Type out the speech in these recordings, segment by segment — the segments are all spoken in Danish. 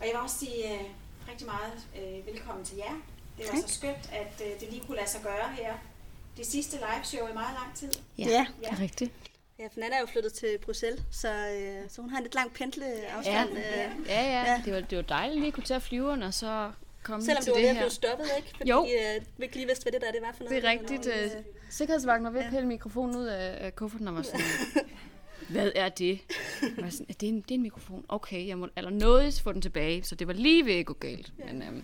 Og jeg vil også sige rigtig meget velkommen til jer. Det var så skønt, at det lige kunne lade sig gøre her. Det sidste liveshow i meget lang tid. Ja, det er rigtigt. Ja, for Nana er jo flyttet til Bruxelles, så hun har en lidt lang pendleafstand. Ja. Det var dejligt lige at kunne tage flyveren og så komme selvom til det her. Selvom du var ved at blive stoppet, ikke? Fordi vi ikke lige vidste, hvad det var for noget. Det er rigtigt. Sikkerhedsvagten var ved at pille mikrofonen ud af kufferten og var sådan, hvad er det? Det er en mikrofon. Okay, jeg må allernådigst få den tilbage, så det var lige ved at gå galt. Ja. Men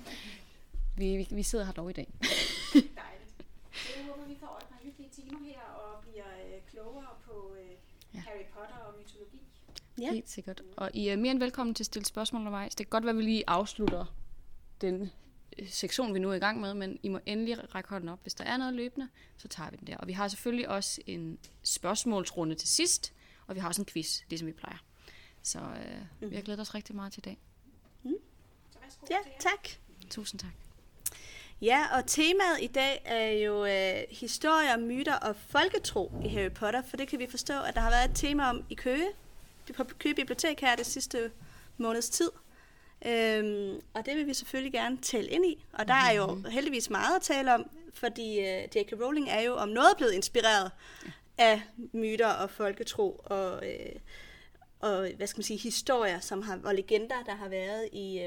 vi sidder her dog i dag. Dejligt. Jeg håber, vi får et par hyggelige timer her og bliver klogere på Harry Potter og mytologi. Ja. Helt sikkert. Og I er mere end velkommen til at stille spørgsmål undervejs. Det kan godt være, at vi lige afslutter den sektion, vi nu er i gang med, men I må endelig række hånden op. Hvis der er noget løbende, så tager vi den der. Og vi har selvfølgelig også en spørgsmålsrunde til sidst, og vi har også en quiz, ligesom vi plejer. Så vi har glædet os rigtig meget til i dag. Ja, tak. Tusind tak. Ja, og temaet i dag er jo historier, myter og folketro i Harry Potter, for det kan vi forstå, at der har været et tema om i Køge, på Køge Bibliotek her det sidste måneds tid. Og det vil vi selvfølgelig gerne tale ind i, og der er jo heldigvis meget at tale om, fordi J.K. Rowling er jo om noget blevet inspireret af myter og folketro og hvad skal man sige, historier og legender, der har været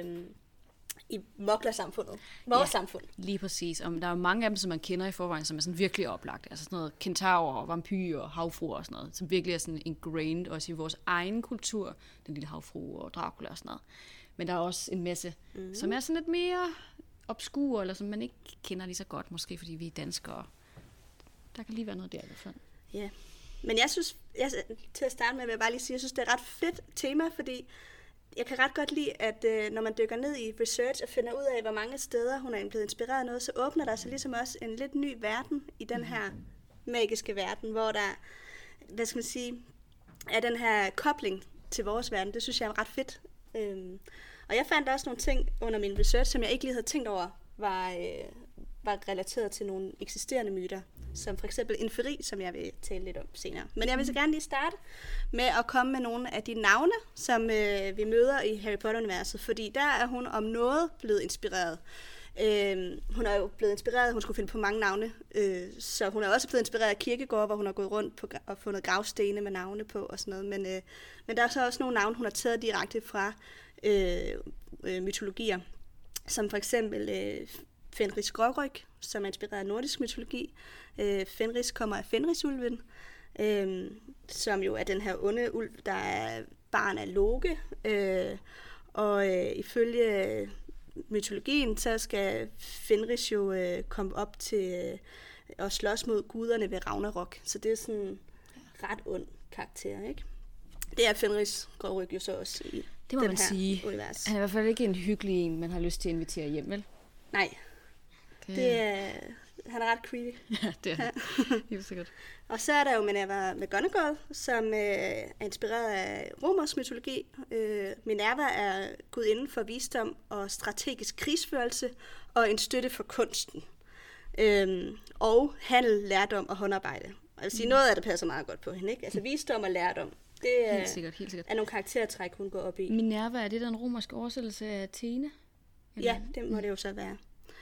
i moklersamfundet. Vores samfund. Lige præcis. Og der er jo mange af dem, som man kender i forvejen, som er sådan virkelig oplagt. Altså sådan noget kentaurer, vampyrer, havfruer og sådan noget, som virkelig er sådan ingrained også i vores egen kultur. Den lille havfrue og Dracula og sådan noget. Men der er også en masse, som er sådan lidt mere obskure, eller som man ikke kender lige så godt, måske fordi vi er danskere. Der kan lige være noget der i hvert fald. Ja, men jeg synes, til at starte med vil jeg bare lige sige, jeg synes, det er et ret fedt tema, fordi jeg kan ret godt lide, at når man dykker ned i research og finder ud af, hvor mange steder hun er blevet inspireret af noget, så åbner der sig ligesom også en lidt ny verden i den her magiske verden, hvor der, hvad skal man sige, er den her kobling til vores verden. Det synes jeg er ret fedt. Og jeg fandt også nogle ting under min research, som jeg ikke lige havde tænkt over, var relateret til nogle eksisterende myter, som for eksempel inferi, som jeg vil tale lidt om senere. Men jeg vil så gerne lige starte med at komme med nogle af de navne, som vi møder i Harry Potter-universet, fordi der er hun om noget blevet inspireret. Hun er jo blevet inspireret, hun skulle finde på mange navne, så hun er også blevet inspireret af kirkegårde, hvor hun har gået rundt og fundet gravstene med navne på og sådan noget. Men der er så også nogle navne, hun har taget direkte fra mytologier, som for eksempel Fenris Gråryg, som er inspireret af nordisk mytologi. Fenris kommer af Fenrisulven, som jo er den her onde ulv, der er barn af Loke. Og ifølge mytologien, så skal Fenris jo komme op til at slås mod guderne ved Ragnarok. Så det er sådan en ret ond karakter, ikke? Det er Fenris Gråryg jo så også i det må den man her sige. univers. Han er i hvert fald ikke en hyggelig en, man har lyst til at invitere hjem, vel? Nej. Han er ret creepy. Ja, det er helt sikkert. Og så er der jo Minerva McGonagall, som er inspireret af romersk mytologi. Minerva er gudinde for visdom og strategisk krigsførelse og en støtte for kunsten. Og handel, lærdom og håndarbejde. Og jeg vil sige, noget af det passer meget godt på hende, ikke? Altså visdom og lærdom. Det er, helt sikkert. er nogle karaktertræk, hun går op i. Minerva, er det den romerske oversættelse af Athene? Eller? Ja, det må det jo så være.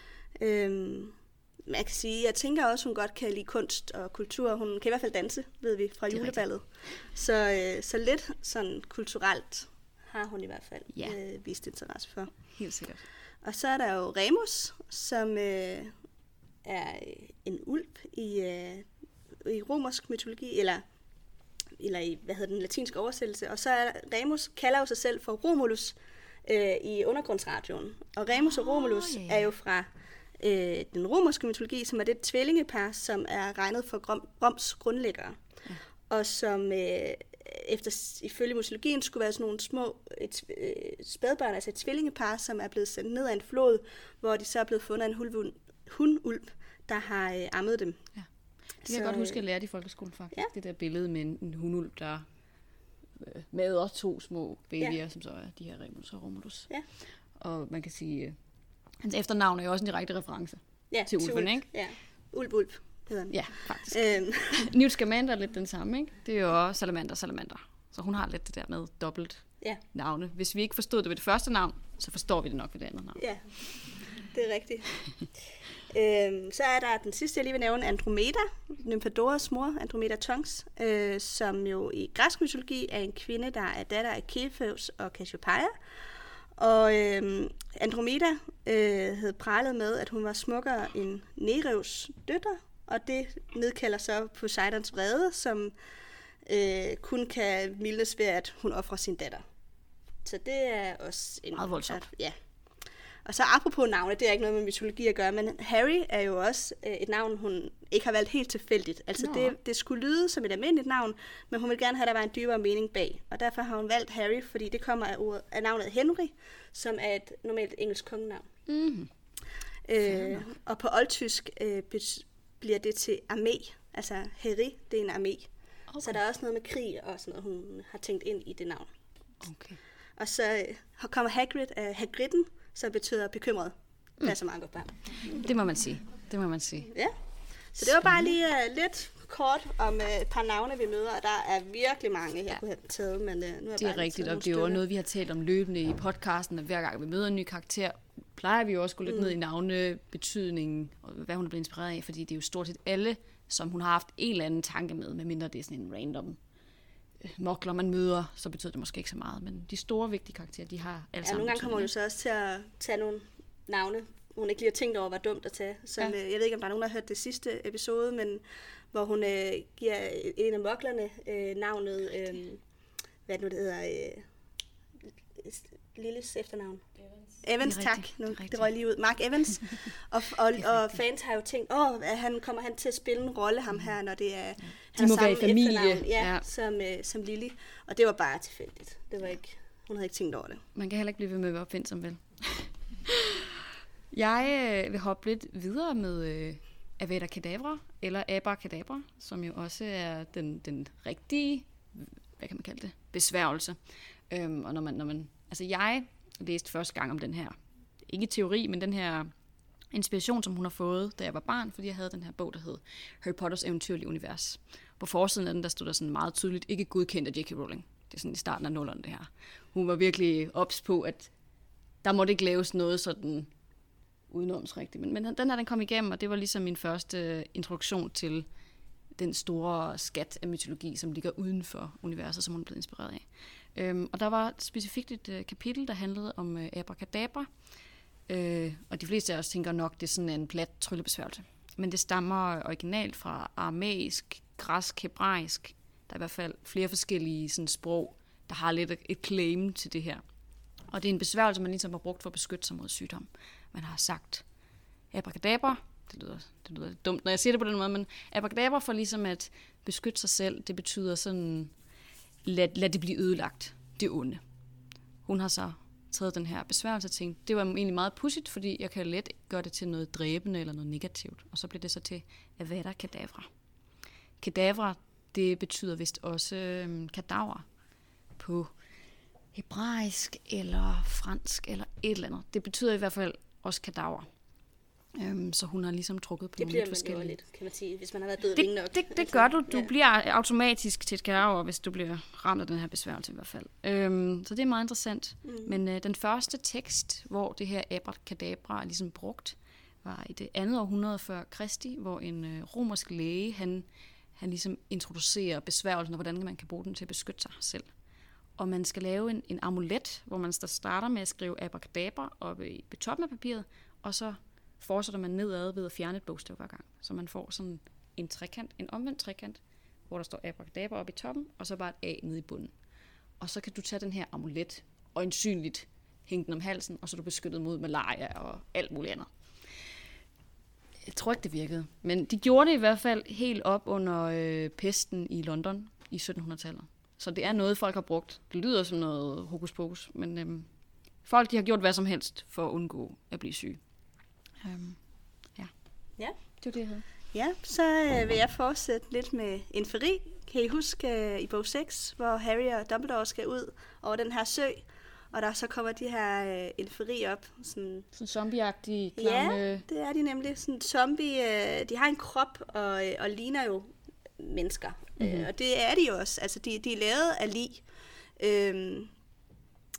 Man kan sige, jeg tænker også, hun godt kan lide kunst og kultur. Hun kan i hvert fald danse, ved vi, fra juleballet. Så lidt sådan kulturelt har hun i hvert fald vist interesse for. Helt sikkert. Og så er der jo Remus, som er en ulv i romersk mytologi, eller i, den latinske oversættelse. Og så er Remus kalder jo sig selv for Romulus i undergrundsradioen. Og Remus og Romulus er jo fra den romerske mytologi, som er det tvillingepar, som er regnet for Roms grundlæggere. Ja. Og som ifølge mytologien skulle være sådan nogle små spædbørn, altså et tvillingepar, som er blevet sendt ned ad en flod, hvor de så er blevet fundet af en hunulv, der har ammet dem. Ja. Det kan jeg godt huske, at jeg lærte i folkeskolen faktisk. Ja. Det der billede med en hunulv, der med 2 små babyer, som så er de her Remus og Romulus. Ja. Og man kan sige, hans efternavn er jo også en direkte reference til ulven, ikke? Ja, ulv hedder han. Ja, faktisk. Newt Scamander er lidt den samme, ikke? Det er jo også salamander. Så hun har lidt det der med dobbelt navne. Hvis vi ikke forstod det ved det første navn, så forstår vi det nok ved det andet navn. Ja, det er rigtigt. Så er der den sidste, jeg lige vil nævne, Andromeda, Nymphadoras mor, Andromeda Tonks, som jo i græsk mytologi er en kvinde, der er datter af Kefeus og Cassiopeia. Og Andromeda havde pralet med, at hun var smukkere end Nereus døtre, og det nedkalder så Poseidons vrede, som kun kan mildnes ved, at hun offrer sin datter. Så det er også en... Meget voldsomt. Ja. Og så apropos navne, det er ikke noget med mytologi at gøre, men Harry er jo også et navn, hun ikke har valgt helt tilfældigt. Altså det skulle lyde som et almindeligt navn, men hun vil gerne have, at der var en dybere mening bag. Og derfor har hun valgt Harry, fordi det kommer af navnet Henry, som er et normalt engelsk kongenavn. Mm. Og på oldtysk bliver det til armé. Altså Harry, det er en armé. Okay. Så der er også noget med krig og sådan noget, hun har tænkt ind i det navn. Okay. Og så kommer Hagrid af Hagridden, som betyder bekymret. Det er så meget godt børn. Det må man sige. Det må man sige. Ja. Så det var bare lige lidt kort om et par navne, vi møder, og der er virkelig mange, jeg kunne have taget, men nu er det er rigtigt, og det er jo noget, vi har talt om løbende i podcasten, at hver gang vi møder en ny karakter, plejer vi jo også at gå lidt ned i navnebetydningen, og hvad hun er blevet inspireret af, fordi det er jo stort set alle, som hun har haft en eller anden tanke med, medmindre det er sådan en random mokler, man møder, så betyder det måske ikke så meget, men de store, vigtige karakterer, de har alle sammen nogle gange kommer hun jo så også til at tage nogle navne, hun ikke lige har tænkt over, var dumt at tage. Som, jeg ved ikke, om der er nogen, der har hørt det sidste episode, men hvor hun giver en af moklerne navnet, hvad nu det hedder, Lilles efternavn. Evans, tak. Det røg lige ud. Mark Evans. og fans har jo tænkt, kommer han til at spille en rolle, ham her, når det er... De må være i familie. Ja. Som Lily. Og det var bare tilfældigt. Det var ikke, hun havde ikke tænkt over det. Man kan heller ikke blive ved med at være opfindsom, vel? Jeg vil hoppe lidt videre med Avada Kedavra, eller Abracadabra, som jo også er den rigtige, hvad kan man kalde det, besværgelse. Og når man altså jeg læste første gang om den her, ikke teori, men den her inspiration, som hun har fået, da jeg var barn, fordi jeg havde den her bog, der hed Harry Potters eventyrlige univers. På forsiden af den, der stod der sådan meget tydeligt, ikke godkendt af J.K. Rowling. Det er sådan i starten af nullerne, det her. Hun var virkelig ops på, at der måtte ikke laves noget sådan udenomsrigtigt. Men den kom igennem, og det var ligesom min første introduktion til den store skat af mytologi, som ligger uden for universet, som hun er blevet inspireret af. Og der var specifikt et kapitel, der handlede om Abracadabra, og de fleste af os tænker nok, det er sådan en plat tryllebesværgelse. Men det stammer originalt fra aramæisk, græsk, hebraisk. Der er i hvert fald flere forskellige sådan, sprog, der har lidt et claim til det her. Og det er en besværgelse, man ligesom har brugt for at beskytte sig mod sygdom. Man har sagt Abracadabra, det lyder lidt dumt, når jeg siger det på den måde, men Abracadabra for ligesom at beskytte sig selv, det betyder sådan, lad det blive ødelagt, det onde. Hun har så taget den her besværgelse og tænkt, det var egentlig meget pudsigt, fordi jeg kan let gøre det til noget dræbende eller noget negativt. Og så blev det så til Avada Kedavra. Kedavra, det betyder vist også kadaver på hebraisk eller fransk eller et eller andet. Det betyder i hvert fald også kadaver. Så hun har ligesom trukket på nogle forskellige... Det bliver man jo lidt, kan man sige, hvis man har været død længe nok. Det gør du. Du bliver automatisk til et kadaver, hvis du bliver ramt af den her besværgelse i hvert fald. Så det er meget interessant. Men den første tekst, hvor det her Abracadabra er ligesom brugt, var i det andet århundrede før Kristi, hvor en romersk læge, han ligesom introducerer besværgelsen, og hvordan man kan bruge den til at beskytte sig selv. Og man skal lave en amulet, hvor man starter med at skrive Abracadabra oppe i toppen af papiret, og så fortsætter man nedad ved at fjerne et bogstav hver gang. Så man får sådan en trekant, en omvendt trekant, hvor der står Abracadabra oppe i toppen, og så bare et A nede i bunden. Og så kan du tage den her amulet, og øjensynligt hænge den om halsen, og så er du beskyttet mod malaria og alt muligt andet. Jeg tror ikke, det virkede. Men de gjorde det i hvert fald helt op under pesten i London i 1700-tallet. Så det er noget, folk har brugt. Det lyder som noget hokus pokus, men folk de har gjort hvad som helst for at undgå at blive syge. Ja. Det var det, jeg havde. Ja, så vil jeg fortsætte lidt med inferi. Kan I huske i bog 6, hvor Harry og Dumbledore skal ud over den her sø, og der så kommer de her inferi op. Sådan zombieagtige klamme... Ja, det er de nemlig. Sådan zombie, de har en krop og ligner jo mennesker. Og det er de jo også. Altså, de er lavet af lig.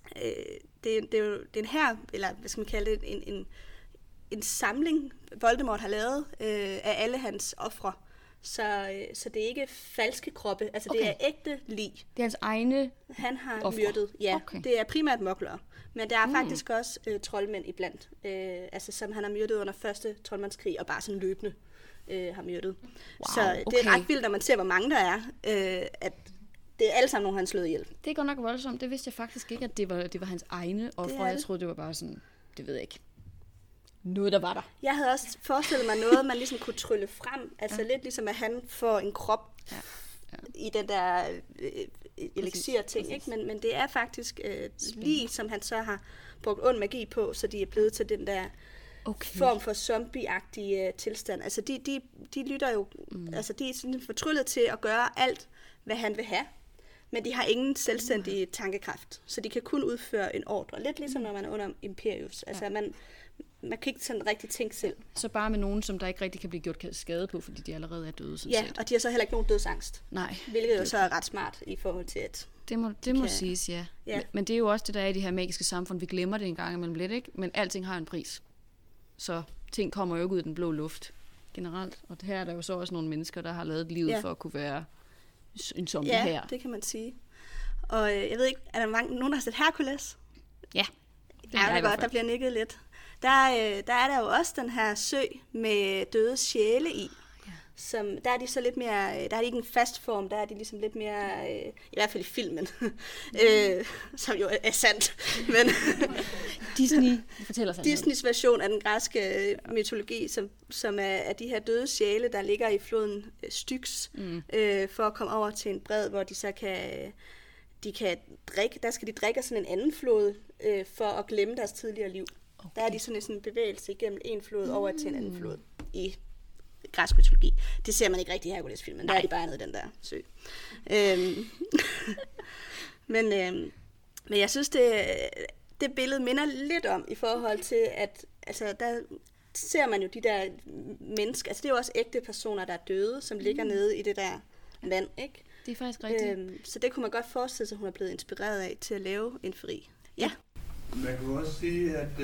det er jo en her, eller hvad skal man kalde det, en samling, Voldemort har lavet af alle hans ofre. Så det er ikke falske kroppe, altså det er ægte lig. Det er hans egne Han har ofre. myrdet, ja. Okay. Det er primært muglere, men der er faktisk også troldmænd iblandt, altså som han har myrdet under første troldmandskrig, og bare sådan løbende har myrdet. Wow, så det er ret vildt, når man ser, hvor mange der er, at det er alle sammen nogen, han slået ihjel. Det er godt nok voldsomt. Det vidste jeg faktisk ikke, at det var hans egne ofre. Jeg troede, det var bare sådan, det ved jeg ikke, noget, der var der. Jeg havde også forestillet mig noget, man ligesom kunne trylle frem. Altså lidt ligesom, at han får en krop i den der elixir-ting. Ikke? Men det er faktisk lige, som han så har brugt ond magi på, så de er blevet til den der form for zombie-agtige tilstand. Altså de lytter jo, altså de er sådan fortryllet til at gøre alt, hvad han vil have. Men de har ingen selvstændig tankekraft, så de kan kun udføre en ordre. Lidt ligesom når man er under Imperius. Altså man kan ikke sådan rigtig tænke selv. Så bare med nogen, som der ikke rigtig kan blive gjort skade på, fordi de allerede er døde. Set. Og de har så heller ikke nogen dødsangst. Nej. Hvilket jo så er ret smart i forhold til, at... Det må siges, ja. Men det er jo også det, der er i de her magiske samfund. Vi glemmer det en gang imellem lidt, ikke? Men alting har en pris. Så ting kommer jo ikke ud af den blå luft generelt. Og her er der jo så også nogle mennesker, der har lavet livet for at kunne være en zombie her. Ja, det kan man sige. Og jeg ved ikke, er der nogen, der har set Hercules? Ja. Det er godt, der bliver nikket lidt. Der er der jo også den her sø med døde sjæle i. Som, der er de så lidt mere, der er de ikke en fast form, der er de ligesom lidt mere, i hvert fald i filmen, som jo er sandt. Men Disney fortæller sig Disneys version af den græske mytologi, som er de her døde sjæle, der ligger i floden Styx, for at komme over til en bred, hvor de så de kan drikke. Der skal de drikke af sådan en anden flod, for at glemme deres tidligere liv. Okay. Der er de sådan en bevægelse igennem en flod over til en anden flod i græsk mytologi. Det ser man ikke rigtig i Hercules-filmen. Der er de bare nede i den der sø. Men jeg synes, det billede minder lidt om i forhold til, at altså, der ser man jo de der mennesker, altså det er jo også ægte personer, der er døde, som ligger nede i det der vand, ikke? Det er faktisk rigtigt. Så det kunne man godt forestille sig, at hun er blevet inspireret af til at lave en fri. Ja. Man kan også sige, at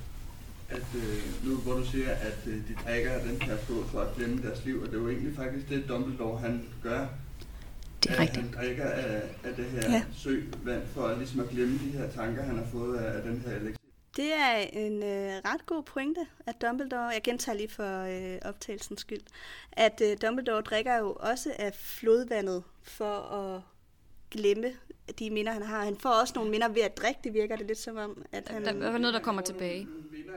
nu hvor du siger, at de drikker af den her flod for at glemme deres liv, og det er jo egentlig faktisk det, Dumbledore han gør. Det er rigtigt. Han drikker af det her søvand for ligesom at glemme de her tanker, han har fået af den her elixir. Det er en ret god pointe, at Dumbledore, jeg gentager lige for optagelsens skyld, at Dumbledore drikker jo også af flodvandet for at glemme de minder, han har. Han får også nogle minder ved at drikke, det virker det lidt som om, at han... Der er noget, der kommer tilbage.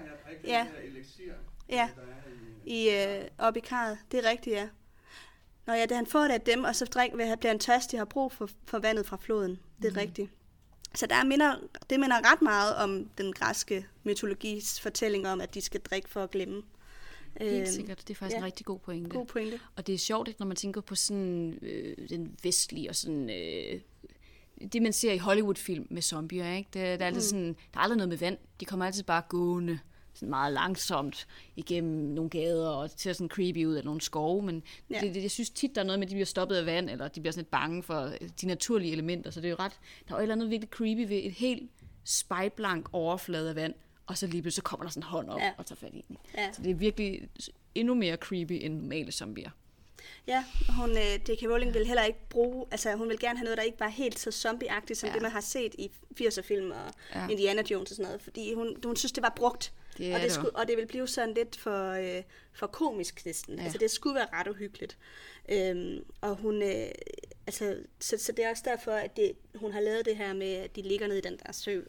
Ja, op i karret. Det er rigtigt, ja. Nå ja, han får det af dem, og så bliver han tørstig og har brug for vandet fra floden. Det er rigtigt. Så det minder ret meget om den græske mytologis fortælling om, at de skal drikke for at glemme. Helt sikkert. Det er faktisk en rigtig god pointe. God pointe. Og det er sjovt, ikke, når man tænker på sådan den vestlige og sådan... det, man ser i Hollywood-film med zombier, ikke? Det er altid sådan... Der er aldrig noget med vand. De kommer altid bare gående sådan meget langsomt igennem nogle gader, og det ser sådan creepy ud af nogle skove, men jeg synes tit, der er noget med, at de bliver stoppet af vand, eller de bliver sådan lidt bange for de naturlige elementer, så det er jo ret... Der er jo et eller andet virkelig creepy ved et helt spejlblank overflade af vand, og så lige pludselig så kommer der sådan en hånd op og tager fat i den. Ja. Så det er virkelig endnu mere creepy end normale zombier. Ja, J.K. Rowling vil heller ikke bruge, altså hun vil gerne have noget, der ikke var helt så zombie-agtigt, som det man har set i 80'er-film og Indiana Jones og sådan noget, fordi hun synes, det var brugt. Og det vil blive sådan lidt for komisk næsten. Ja. Altså det skulle være ret uhyggeligt. Og hun, så det er også derfor, at hun har lavet det her med, at de ligger nede i den der sø.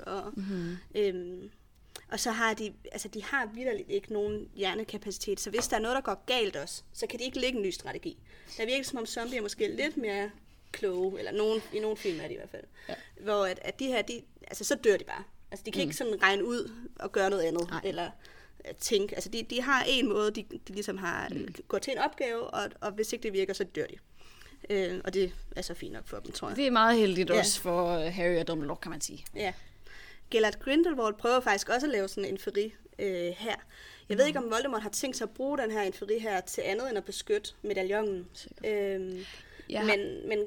Og så har de har vitterligt ikke nogen hjernekapacitet. Så hvis der er noget, der går galt også, så kan de ikke lægge en ny strategi. Der virker som om zombier er måske lidt mere kloge, eller i nogle film er de i hvert fald. Ja. Hvor at de her, så dør de bare. Altså, de kan ikke sådan regne ud og gøre noget andet, eller tænke. Altså, de har en måde, de ligesom har gået til en opgave, og hvis ikke det virker, så dør de. Og det er så fint nok for dem, tror jeg. Det er meget heldigt også for Harry og Dumbledore, kan man sige. Ja. Gellert Grindelwald prøver faktisk også at lave sådan en inferi her. Jeg ved ikke, om Voldemort har tænkt sig at bruge den her inferi her til andet end at beskytte medaljongen. Men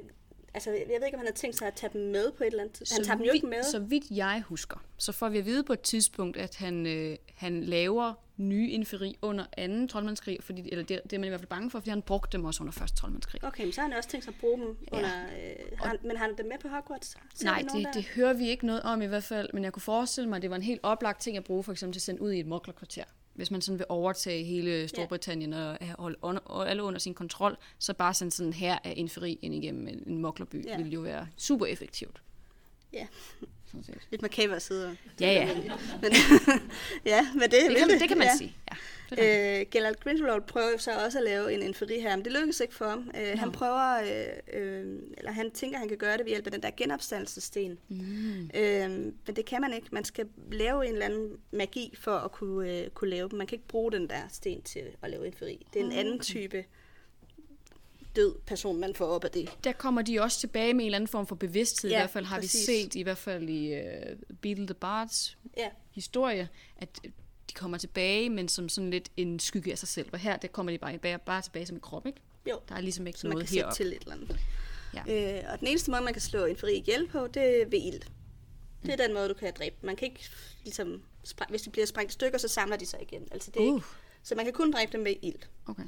altså, jeg ved ikke, om han har tænkt sig at tage dem med på et eller andet tidspunkt. Han tager dem jo ikke med. Så vidt jeg husker, så får vi at vide på et tidspunkt, at han laver nye inferi under 2. troldmandskrig, fordi, eller det er man i hvert fald bange for, fordi han brugte dem også under 1. troldmandskrig. Okay, men så har han også tænkt sig at bruge dem under... men har han dem med på Hogwarts? Nej, det hører vi ikke noget om i hvert fald, men jeg kunne forestille mig, at det var en helt oplagt ting at bruge, for eksempel til at sende ud i et muglerkvarter. Hvis man sådan vil overtage hele Storbritannien og holde alle under sin kontrol, så bare sende sådan her af inferi ind igennem en muglerby, ville jo være super effektivt. Ja. Lidt makaber sider. Ja. Men, ja, men det kan man sige. Ja. Gellert Grindelwald prøver så også at lave en inferi her, men det lykkes ikke for ham. Han prøver, eller han tænker, han kan gøre det ved hjælp af den der genopstandelsesten. Men det kan man ikke. Man skal lave en eller anden magi for at kunne lave dem. Man kan ikke bruge den der sten til at lave inferi. Det er en anden type død person, man får op af det. Der kommer de også tilbage med en eller anden form for bevidsthed. Ja, I hvert fald har præcis. vi set, i hvert fald i Beetle the Bards historie, at de kommer tilbage, men som sådan lidt en skygge af sig selv. Og her, der kommer de bare tilbage som en krop, ikke? Jo. Der er ligesom ikke så noget man kan heroppe. sætte til et eller andet. Ja. Og den eneste måde, man kan slå inferi ihjel på, det er ved ild. Det er den måde, du kan dræbe. Man kan ikke, ligesom, hvis de bliver sprængt i stykker, så samler de sig igen. Altså, det er ikke, så man kan kun dræbe dem med ild. Okay.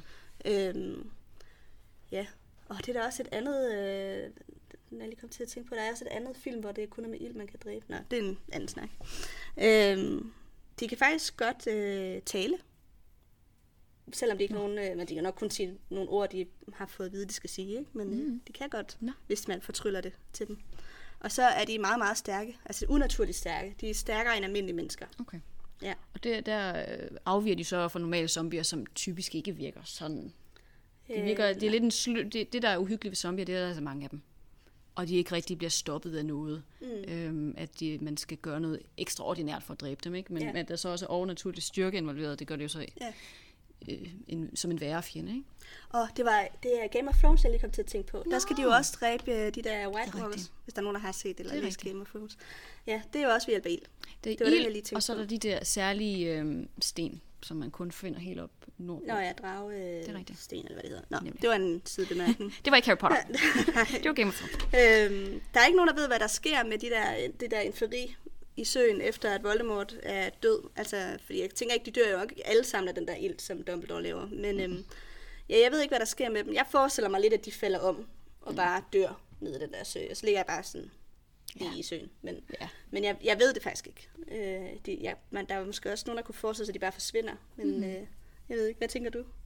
Ja, og det er der også et andet, når jeg lige kom til at tænke på, der er også et andet film, hvor det kun er med ild, man kan dræbe. Nå, det er en anden snak. De kan faktisk godt tale, selvom de ikke nogen, men de kan nok kun sige nogle ord, de har fået at vide, de skal sige, ikke? Men de kan godt, hvis man fortryller det til dem. Og så er de meget, meget stærke, altså unaturligt stærke. De er stærkere end almindelige mennesker. Okay. Ja. Og der afviger de så fra normale zombier, som typisk ikke virker sådan. Det er lidt det, der er uhyggeligt ved zombier, det er, der er så mange af dem. Og de ikke rigtig bliver stoppet af noget. Man skal gøre noget ekstraordinært for at dræbe dem, ikke? Men at der så også er overnaturlig styrke involveret, det gør det jo så som en værre fjende, ikke? Og det er Game of Thrones, jeg lige kom til at tænke på. Der skal de jo også dræbe de der White Walkers, hvis der er nogen, der har set eller læst Game of Thrones. Ja, det er jo også ved hjælp af ild. Det var ild, det, jeg lige tænkte og så er der de der særlige sten, som man kun finder helt op nordpå. Nå ja, dragesten, eller hvad det hedder. Nå, nemlig. Det var en sidebemærkning. Det var ikke Harry Potter. Det var Game of Thrones. Der er ikke nogen, der ved, hvad der sker med det der inferi i søen, efter at Voldemort er død. Altså, fordi jeg tænker ikke, de dør jo ikke alle sammen af den der ild, som Dumbledore laver. Men jeg ved ikke, hvad der sker med dem. Jeg forestiller mig lidt, at de falder om og bare dør ned i den der sø. Og så ligger jeg bare sådan i søen. Men jeg ved det faktisk ikke. Der er måske også nogen, der kunne forestille sig, at de bare forsvinder. Men jeg ved ikke, hvad tænker du?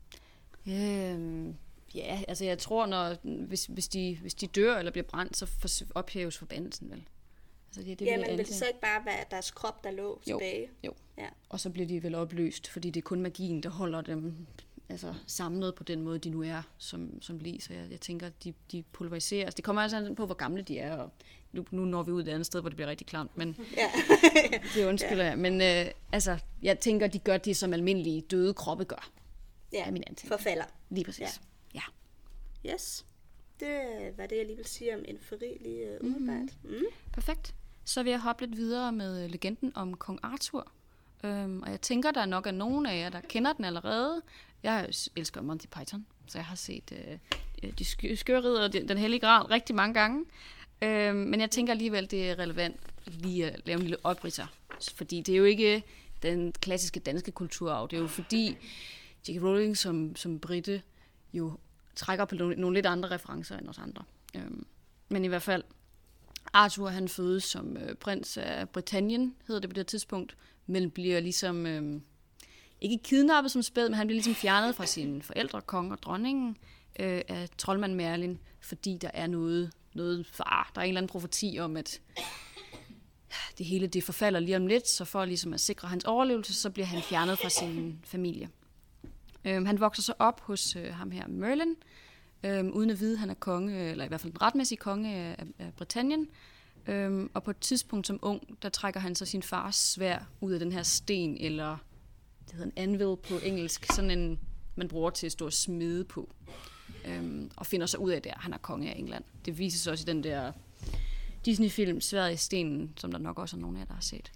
Ja, altså jeg tror, hvis de dør eller bliver brændt, så ophæves forbandelsen vel. Altså men vil det så ikke bare være deres krop, der lå tilbage? Jo. Ja. Og så bliver de vel opløst, fordi det er kun magien, der holder dem samlet på den måde, de nu er som lig. Så jeg tænker, at de pulveriseres. Det kommer altså på, hvor gamle de er, og nu når vi ud et andet sted, hvor det bliver rigtig klamt, men det undskylder jeg. Men jeg tænker, de gør det, som almindelige døde kroppe gør. Ja, forfalder. Lige præcis. Ja. Yes. Det var det, jeg lige vil sige om inferi lige umiddelbart. Perfekt. Så vil jeg hoppe lidt videre med legenden om Kong Arthur. Og jeg tænker, der nok er nogen af jer, der kender den allerede. Jeg elsker Monty Python, så jeg har set de skøre ridder og den hellige gral rigtig mange gange. Men jeg tænker alligevel, det er relevant lige at lave en lille opridser. Fordi det er jo ikke den klassiske danske kulturarv. Det er jo fordi J.K. Rowling som brite jo trækker på nogle lidt andre referencer end os andre. Men i hvert fald, Arthur han fødes som prins af Britannien, hedder det på det tidspunkt, men bliver ligesom, ikke kidnappet som spæd, men han bliver ligesom fjernet fra sine forældre, kongen og dronningen, af troldmand Merlin, fordi der er noget far. Der er en eller anden profeti om, at det hele det forfalder lige om lidt, så for ligesom at sikre hans overlevelse, så bliver han fjernet fra sin familie. Han vokser så op hos ham her Merlin, uden at vide, at han er konge, eller i hvert fald en retmæssig konge af Britannien. Og på et tidspunkt som ung, der trækker han så sin fars sværd ud af den her sten, eller det hedder en anvil på engelsk, sådan en, man bruger til at stå og smide på. Og finder så ud af det, at han er konge af England. Det vises også i den der Disney-film, Sværdet i stenen, som der nok også er nogen af jer, der har set.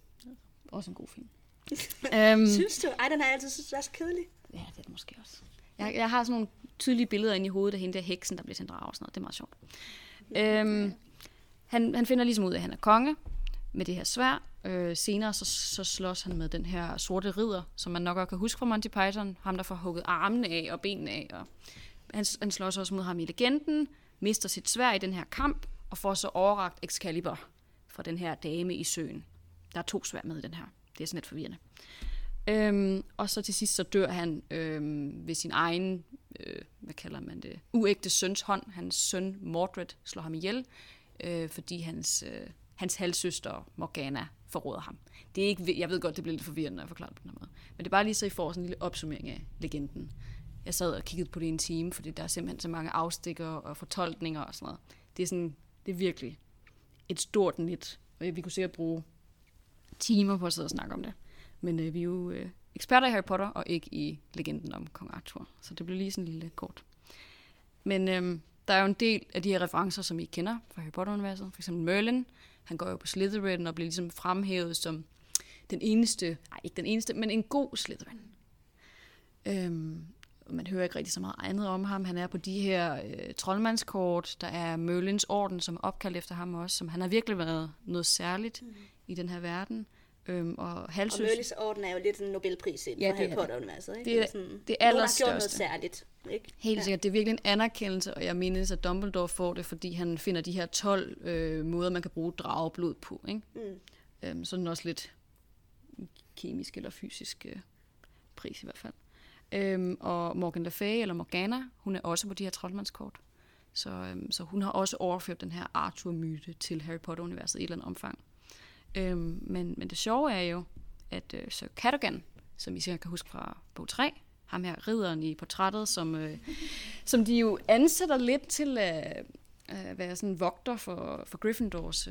Også en god film. Synes du? Den har jeg altid synes, det var så kedelig. Ja, det er det måske også. Jeg har sådan nogle tydelige billeder inde i hovedet af hende der heksen, der bliver til en drage og sådan noget. Det er meget sjovt. Han finder ligesom ud af, at han er konge med det her sværd. Senere så slås han med den her sorte ridder, som man nok også kan huske fra Monty Python. Ham, der får hugget armene af og benene af. Og han slås også mod ham i legenden, mister sit sværd i den her kamp, og får så overrakt Excalibur fra den her dame i søen. Der er 2 sværd med i den her. Det er sådan lidt forvirrende. Og så til sidst så dør han ved sin egen, hvad kalder man det, uægte søns hånd. Hans søn Mordred slår ham ihjel, fordi hans halvsøster Morgana forråder ham. Det er ikke, jeg ved godt, det bliver lidt forvirrende, når jeg forklarer det på den måde. Men det er bare lige så, I får sådan en lille opsummering af legenden. Jeg sad og kiggede på det i en time, fordi der er simpelthen så mange afstikker og fortolkninger og sådan noget. Det er virkelig et stort net, og vi kunne sikkert bruge timer på at sidde og snakke om det. Men vi er jo eksperter i Harry Potter, og ikke i legenden om Kong Arthur. Så det blev lige sådan en lille kort. Men der er jo en del af de her referencer, som I kender fra Harry Potter-universet. For eksempel Merlin. Han går jo på Slytherin og bliver ligesom fremhævet som den eneste, ikke den eneste, men en god Slytherin. Man hører ikke rigtig så meget andet om ham. Han er på de her troldmandskort. Der er Merlins orden, som er opkaldt efter ham også. Som han har virkelig været noget særligt i den her verden. Og Merlins orden er jo lidt en Nobelpris inden for Harry Potter-universet. Ikke? Det er sådan, det allerstørste. Nogen har gjort noget særligt. Ikke? Helt sikkert. Det er virkelig en anerkendelse, og jeg mindes, at Dumbledore får det, fordi han finder de her 12 måder, man kan bruge drageblod på. Ikke? Sådan også lidt kemisk eller fysisk pris i hvert fald. Og Morgan Le Fay, eller Morgana, hun er også på de her troldmandskort. Så hun har også overført den her Arthur-myte til Harry Potter-universet i et eller andet omfang. Men det sjove er jo, at Sir Cadogan, som I sikkert kan huske fra bog 3, ham her ridderen i portrættet, som de jo ansætter lidt til at være sådan vogter for Gryffindors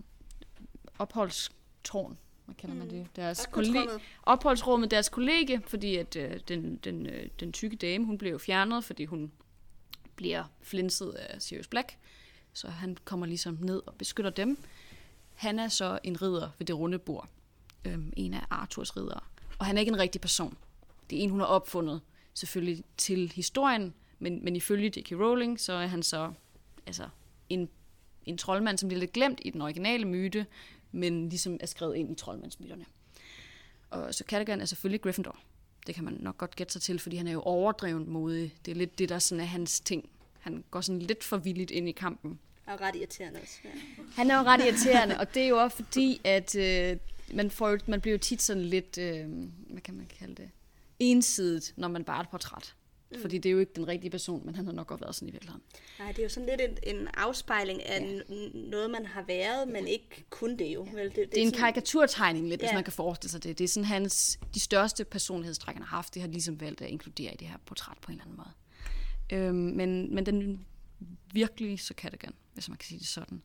opholdstårn. Hvad kalder man det? Deres opholdsrummet, deres kollega, fordi at den tykke dame, hun bliver jo fjernet, fordi hun bliver flinset af Sirius Black. Så han kommer ligesom ned og beskytter dem. Han er så en ridder ved det runde bord. En af Arthurs riddere. Og han er ikke en rigtig person. Det er en, hun har opfundet, selvfølgelig til historien, men ifølge J.K. Rowling, så er han så altså en troldmand, som bliver lidt glemt i den originale myte, men ligesom er skrevet ind i troldmandsmyterne. Og så Cadogan er selvfølgelig Gryffindor. Det kan man nok godt gætte sig til, fordi han er jo overdreven modig. Det er lidt det, der sådan er hans ting. Han går sådan lidt for villigt ind i kampen. Og ret irriterende også. Ja. Han er jo ret irriterende, og det er jo også fordi, at man bliver jo tit sådan lidt, hvad kan man kalde det, ensidigt, når man bare er et portræt. Fordi det er jo ikke den rigtige person, men han har nok godt været sådan i virkeligheden. Nej, det er jo sådan lidt en afspejling af noget, man har været, men ikke kun det jo. Ja. Vel, det er en karikaturtegning lidt, hvis man kan forestille sig det. Det er sådan de største personlighedstræk, han har haft, det har ligesom valgt at inkludere i det her portræt på en eller anden måde. Men den virkelig så Cadogan, hvis man kan sige det sådan.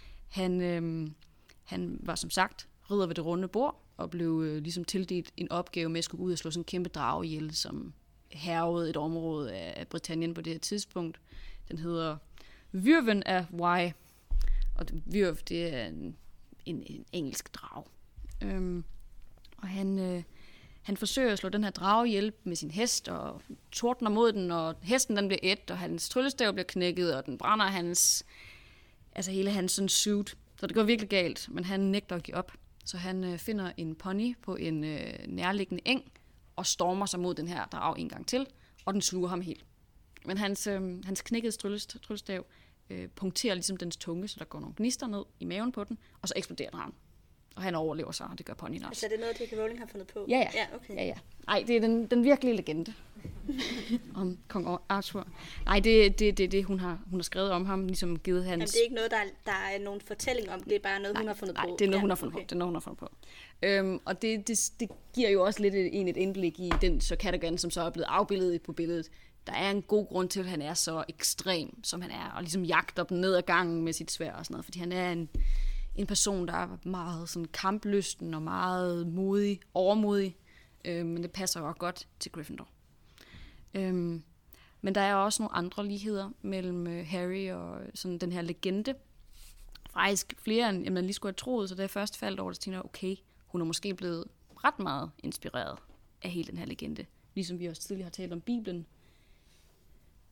Han var som sagt ridder ved det runde bord, og blev ligesom tildelt en opgave med at skulle ud og slå sådan en kæmpe drage ihjel, som hærgede et område af Britannien på det her tidspunkt. Den hedder Vyrven af Wye, og Vyrv, det er en engelsk drage. Og han forsøger at slå den her drage ihjel med sin hest, og tordner mod den, og hesten den bliver ædt, og hans tryllestav bliver knækket, og den brænder hele hans sådan suit. Så det går virkelig galt, men han nægter at give op. Så han finder en pony på en nærliggende eng, og stormer sig mod den her drage en gang til, og den sluger ham helt. Men hans knækkede tryllestav punkterer ligesom dens tunge, så der går nogle gnister ned i maven på den, og så eksploderer dragen. Og han overlever så, og det gør ponyen også. Altså er det noget, J.K. Rowling har fundet på? Ja. Okay. Ja. Ej, det er den virkelige legende om Kong Arthur. Nej, det er det, hun har skrevet om ham, ligesom givet hans... Jamen, det er ikke noget, der er nogen fortælling om, det er bare noget, hun har fundet på? Nej, det er noget, hun har fundet på. Det er noget, hun har fundet på. Og det giver jo også lidt et indblik i den Sir Cadogan, som så er blevet afbildet på billedet. Der er en god grund til, at han er så ekstrem, som han er, og ligesom jagter dem ned ad gangen med sit sværd og sådan noget, fordi han er en person, der er meget sådan kamplysten og meget modig, overmodig, men det passer jo også godt til Gryffindor. Men der er også nogle andre ligheder mellem Harry og sådan den her legende. Faktisk flere, end man lige skulle have troet, så da jeg først faldt over det, så tænkte jeg, okay, hun er måske blevet ret meget inspireret af hele den her legende. Ligesom vi også tidligere har talt om Bibelen.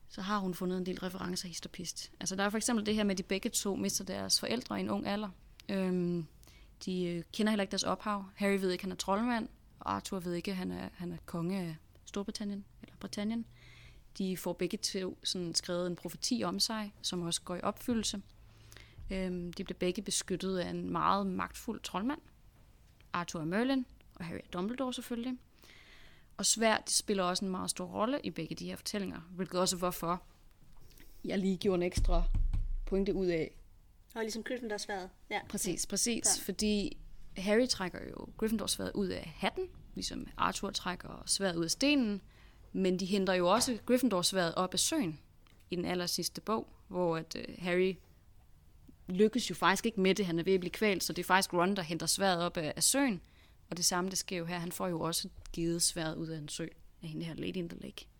så har hun fundet en del referencer hist og pist. Altså der er for eksempel det her med, at de begge to mister deres forældre i en ung alder. De kender heller ikke deres ophav. Harry ved ikke, han er troldmand, og Arthur ved ikke, han er konge af Storbritannien, eller Britannien. De får begge to sådan skrevet en profeti om sig, som også går i opfyldelse. De bliver begge beskyttet af en meget magtfuld troldmand. Arthur er Merlin, og Harry er Dumbledore selvfølgelig. Og sværd, de spiller også en meget stor rolle i begge de her fortællinger, hvilket også er hvorfor jeg lige gjorde en ekstra pointe ud af. Og ligesom Gryffindor-sværdet. Ja. Præcis. Ja. Fordi Harry trækker jo Gryffindor-sværdet ud af hatten, ligesom Arthur trækker sværdet ud af stenen, men de henter jo også Gryffindor-sværdet op af søen i den aller sidste bog, hvor at Harry lykkes jo faktisk ikke med det, han er ved at blive kvalt, så det er faktisk Ron, der henter sværdet op af søen, og det samme, det sker jo her, han får jo også givet sværdet ud af en sø, af hende her Lady in the Lake.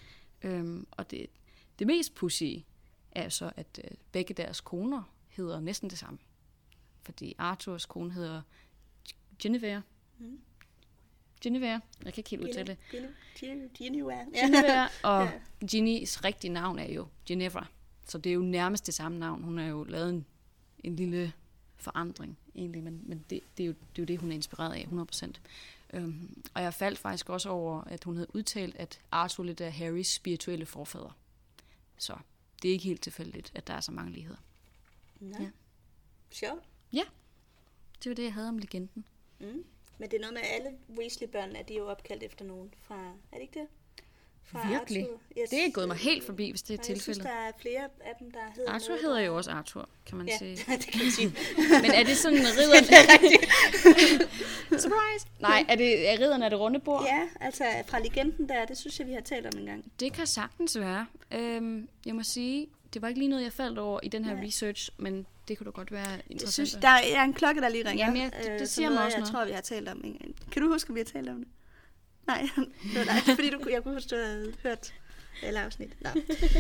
Og det mest pudsige er så, at begge deres koner hedder næsten det samme, fordi Arthurs kone hedder Guinevere. Guinevere, jeg kan ikke helt udtale det. Guinevere, og Ginny's rigtige navn er jo Ginevra, så det er jo nærmest det samme navn. Hun har jo lavet en lille forandring egentlig, men det er jo det, hun er inspireret af 100%. Og jeg faldt faktisk også over, at hun havde udtalt, at Arthur lidt er Harrys spirituelle forfader. Så det er ikke helt tilfældigt, at der er så mange ligheder. Ja. Sjovt. Ja, det var det, jeg havde om legenden. Men det er noget med alle Weasley-børn, at de er jo opkaldt efter nogen fra, er det ikke det? Fra Virkelig? Arthur. Yes. Det er gået mig helt forbi, hvis det er tilfældet. Jeg synes, der er flere af dem, der hedder Arthur noget, hedder jo også Arthur, kan man sige. Ja, det kan man sige. Men er det sådan ridderen? Det er rigtigt. Surprise! Nej, er ridderen af det runde bord? Ja, altså fra legenden der, det synes jeg, vi har talt om en gang. Det kan sagtens være. Jeg må sige, det var ikke lige noget, jeg faldt over i den her research, men det kunne da godt være interessant. Jeg synes, der er en klokke, der lige ringer. Jamen, det siger mig også noget. Jeg tror, vi har talt om. Kan du huske, at vi har talt om det? Nej, det var fordi jeg kunne huske, at du havde hørt eller afsnit. Nå.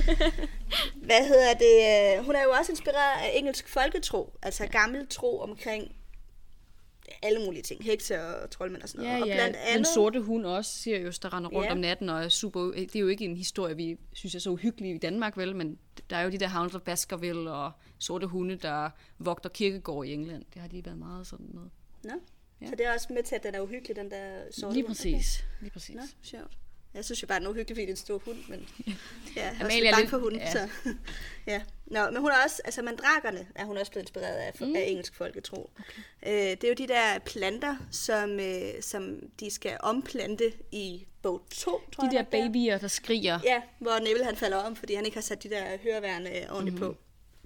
Hvad hedder det? Hun er jo også inspireret af engelsk folketro, altså gammel tro omkring alle mulige ting, hekse og troldmænd og sådan noget. Og blandt andet, den sorte hund også, Sirius, der render rundt om natten og er super. Det er jo ikke en historie, vi synes er så uhyggelig i Danmark, vel, men der er jo de der Hounds of Baskerville og sorte hunde, der vogter kirkegård i England. Det har de været meget sådan noget. Nå, så det er også med til, at den er uhyggelig, den der sorte lige præcis. hund. Lige præcis. Nå, sjovt. Jeg synes jo bare, den er uhyggelig, fordi det er en stor hund, men jeg er Amalie også bange for hunden. Ja. Så. Ja. Nå, men hun er også, altså mandrakerne er hun også blevet inspireret af engelsk folketro. Okay. Det er jo de der planter, som de skal omplante i bog 2, tror jeg. De der babyer, der skriger. Ja, hvor Neville han falder om, fordi han ikke har sat de der høreværn ordentligt på.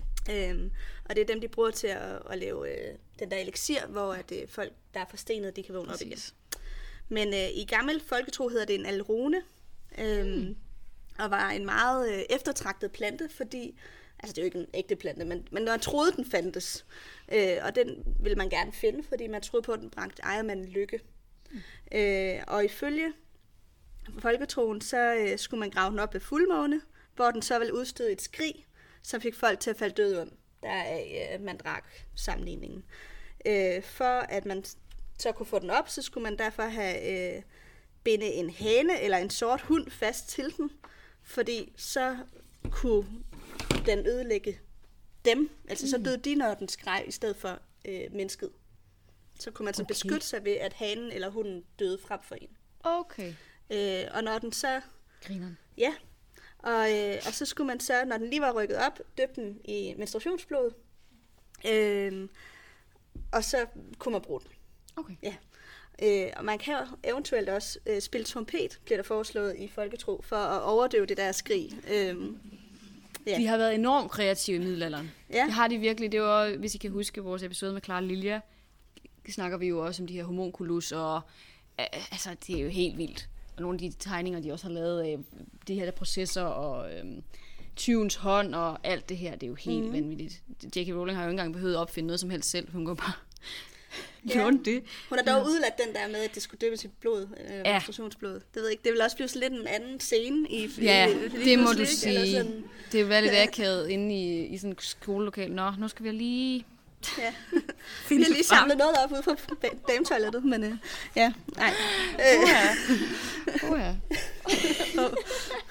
Og det er dem, de bruger til at lave den der elixir, hvor at, folk, der er forstenet, de kan vågne op igen. Men i gammel folketro hedder det en alrune, og var en meget eftertragtet plante, fordi, altså det er jo ikke en ægte plante, men man troede, den fandtes. Og den ville man gerne finde, fordi man troede på, at den bragte ejermanden lykke. Og ifølge folketroen, så skulle man grave den op ved fuldmåne, hvor den så ville udstøde et skrig, som fik folk til at falde døde om. Der er mandrak-sammenligningen. For at man så kunne få den op, så skulle man derfor have binde en hane eller en sort hund fast til den, fordi så kunne den ødelægge dem. Altså så døde de, når den skreg, i stedet for mennesket. Så kunne man så beskytte sig ved, at hanen eller hunden døde frem for en. Okay. Og når den så... Grineren. Ja. Og så skulle man så, når den lige var rykket op, døbe den i menstruationsblod. Og så kunne man bruge den. Okay. Ja. Og man kan jo eventuelt også spille trompet, bliver der foreslået i folketro, for at overdøve det der skrig. De har været enormt kreative i middelalderen. Ja. Det har de virkelig. Det var, hvis I kan huske vores episode med Clara Lilja, snakker vi jo også om de her homunculus, og altså, det er jo helt vildt. Og nogle af de tegninger, de også har lavet af de her der processer, og tyvens hånd, og alt det her, det er jo helt vanvittigt. J.K. Rowling har jo ikke engang behøvet at opfinde noget som helst selv, hun går bare... det. Hun har dog udladt den der med, at det skulle døbes i blod, menstruationsblod. Det ved jeg ikke. Det vil også blive sådan lidt en anden scene i det må du sige. Det er lidt akavet inde i sådan en skolelokal. Nå, nu skal vi lige... Ja. Vi har lige samlet noget op ude fra dametoilettet, men ja, nej.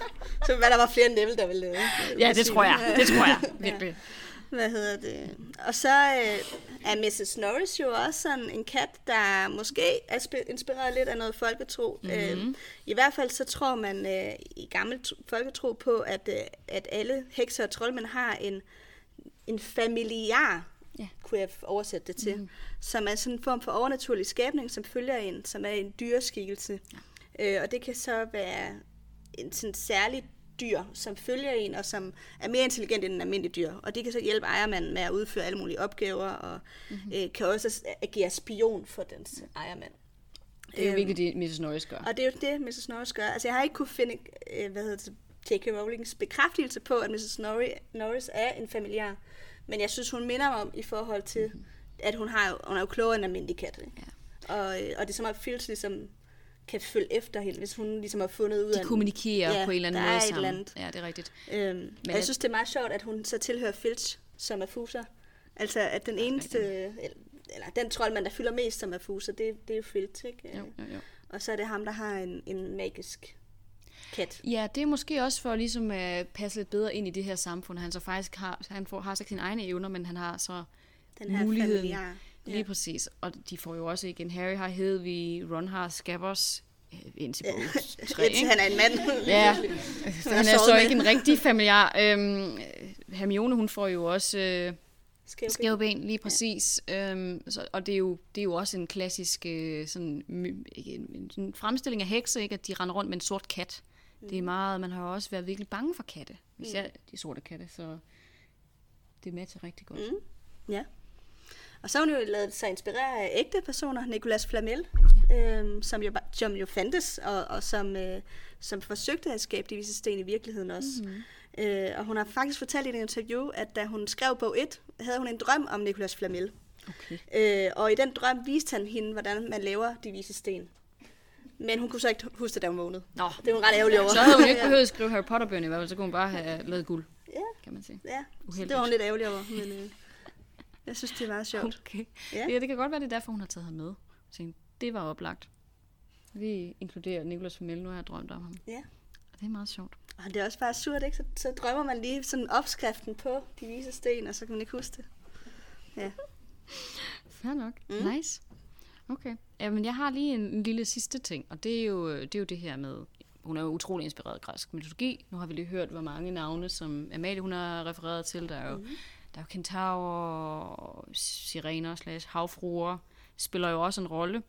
Så hvad der var flere Neville, der ville lave. Ja, det tror jeg. Virkelig. Hvad hedder det? Og så er Mrs. Norris jo også sådan en kat, der måske er inspireret lidt af noget folketro. Mm-hmm. I hvert fald så tror man i gammel folketro på, at alle hekser og troldmænd har en familiar, kunne jeg oversætte det til, som er sådan en form for overnaturlig skabning, som følger en, som er en dyreskikkelse. Ja. Og det kan så være en sådan særlig dyr, som følger en, og som er mere intelligent end en almindelig dyr. Og det kan så hjælpe ejermanden med at udføre alle mulige opgaver, og kan også agere spion for dens ejermand. Det er jo virkelig det, Mrs. Norris gør. Og det er jo det, Mrs. Norris gør. Altså, jeg har ikke kunne finde, J.K. Rowlings bekræftelse på, at Mrs. Norris er en familiar. Men jeg synes, hun minder mig om i forhold til, at hun er jo klogere end en almindelig kat. Ja. Og det er som at Filch ligesom kan følge efter hende, hvis hun ligesom har fundet ud af... De kommunikerer på en eller anden måde sammen. Eller andet. Ja, det er rigtigt. Men jeg synes, det er meget sjovt, at hun så tilhører Filch, som er fuser. Altså, at den eneste... Eller den troldmand, der fylder mest som er fuser, det er jo Filch, ikke? Jo. Og så er det ham, der har en magisk kat. Ja, det er måske også for ligesom at passe lidt bedre ind i det her samfund. Han så faktisk har så sine egne evner, men han har så den her muligheden. Familiar. Lige præcis. Og de får jo også igen, Harry har Hedvig, Ron har Scabbers, indtil bog 3, indtil han er en mand. Ja, han er så ikke en rigtig familiar. Hermione, hun får jo også skæve ben, lige præcis. Og det er jo også en klassisk sådan en fremstilling af hekse, ikke? At de render rundt med en sort kat. Det er meget, man har jo også været virkelig bange for katte, især de sorte katte, så det matcher rigtig godt. Ja. Og så har hun jo lavet sig inspirere af ægte personer, Nicolas Flamel, som jo fandtes, og som forsøgte at skabe de vise sten i virkeligheden også. Og hun har faktisk fortalt i et interview, at da hun skrev bog 1, havde hun en drøm om Nicolas Flamel. Okay. Og i den drøm viste han hende, hvordan man laver de vise sten. Men hun kunne så ikke huske det, da hun vågnede. Nå. Det var hun ret ærgerlig over. Så havde hun ikke behøvet at skrive Harry Potter-bøgerne i hvert fald, så kunne hun bare have lavet guld, kan man sige. Ja, det var hun lidt ærgerlig over, men jeg synes, det er meget sjovt. Okay. Ja, det kan godt være, det er derfor, hun har taget ham med. Jeg tænkte, det var oplagt. Vi inkluderer Nicolas Flamel, nu har jeg drømt om ham. Ja. Og det er meget sjovt. Og det er også bare surt, ikke? Så drømmer man lige sådan opskriften på de vise sten, og så kan man ikke huske det. Ja. Fair nok. Nice. Okay. Jamen, jeg har lige en lille sidste ting, og det er jo det her med, hun er jo utrolig inspireret af græsk mytologi. Nu har vi lige hørt, hvor mange navne, som Amalie, hun har refereret til. Der er jo kentaurer, sirener / havfruer, spiller jo også en rolle.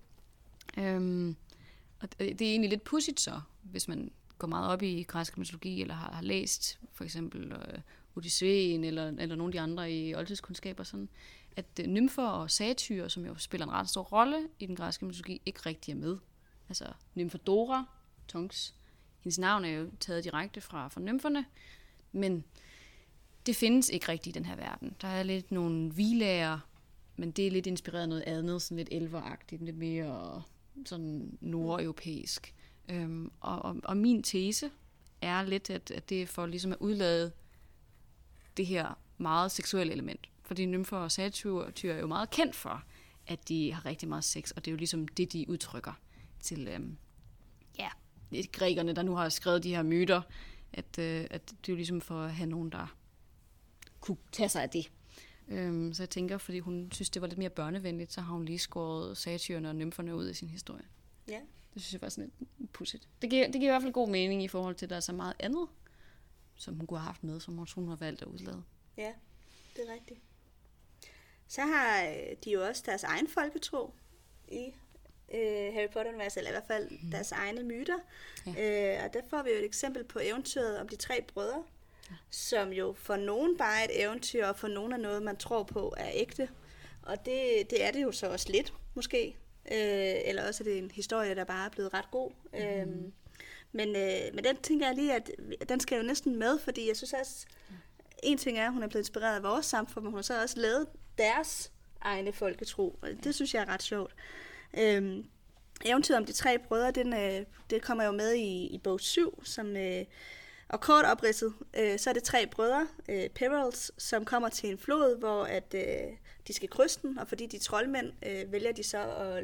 Og det er egentlig lidt pudsigt så, hvis man går meget op i græsk mytologi, eller har læst for eksempel Odysseen, eller nogle af de andre i oldtidskundskaber, sådan, at nymfer og satyrer, som jo spiller en ret stor rolle i den græske mytologi, ikke rigtig er med. Altså Nymfadora, Tonks, hendes navn er jo taget direkte fra nymferne, men det findes ikke rigtigt i den her verden. Der er lidt nogle vilager, men det er lidt inspireret af noget andet, sådan lidt elveragtigt, lidt mere sådan nordeuropæisk. Og min tese er lidt, at det er for ligesom at udlade det her meget seksuelle element. Fordi nymfer og satyrer er jo meget kendt for, at de har rigtig meget sex, og det er jo ligesom det, de udtrykker til grækerne, der nu har skrevet de her myter, at det er jo ligesom for at have nogen, der kunne tage sig af det. Så jeg tænker, fordi hun synes, det var lidt mere børnevenligt, så har hun lige skåret satyrerne og nymferne ud af sin historie. Ja. Det synes jeg var sådan lidt pudsigt. Det giver i hvert fald god mening i forhold til, at der er så meget andet, som hun kunne have haft med, som hun har valgt at udlade. Ja, det er rigtigt. Så har de jo også deres egen folketro i Harry Potter-universet, eller i hvert fald deres egne myter. Ja. Og der får vi jo et eksempel på eventyret om de 3 brødre, som jo for nogen bare er et eventyr, og for nogen er noget, man tror på er ægte. Og det er det jo så også lidt, måske. Eller også er det en historie, der bare er blevet ret god. Men den tænker jeg lige, at den skal jo næsten med, fordi jeg synes også, en ting er, at hun er blevet inspireret af vores samfund, men hun har så også lavet deres egne folketro, og det synes jeg er ret sjovt. Eventyret om de 3 brødre, det kommer jo med i bog 7, og kort opridset, så er det 3 brødre, Perils, som kommer til en flod, hvor at de skal krydse den, og fordi de er troldmænd, vælger de så at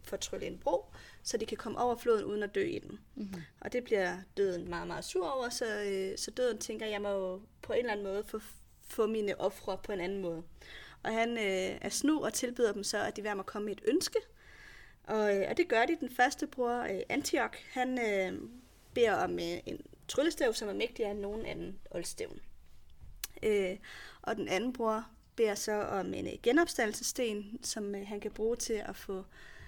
får tryllet en bro, så de kan komme over floden uden at dø i den. Mm-hmm. Og det bliver døden meget, meget sur over, så døden tænker, jeg må jo på en eller anden måde få mine ofre på en anden måde. Og han er snu og tilbyder dem så, at de hver må komme med et ønske. Og det gør de. Den første bror, Antioch, han beder om en tryllestav, som er mægtigere end nogen anden oldstævn. Og den anden bror beder så om en genopstandelsesten, som han kan bruge til at få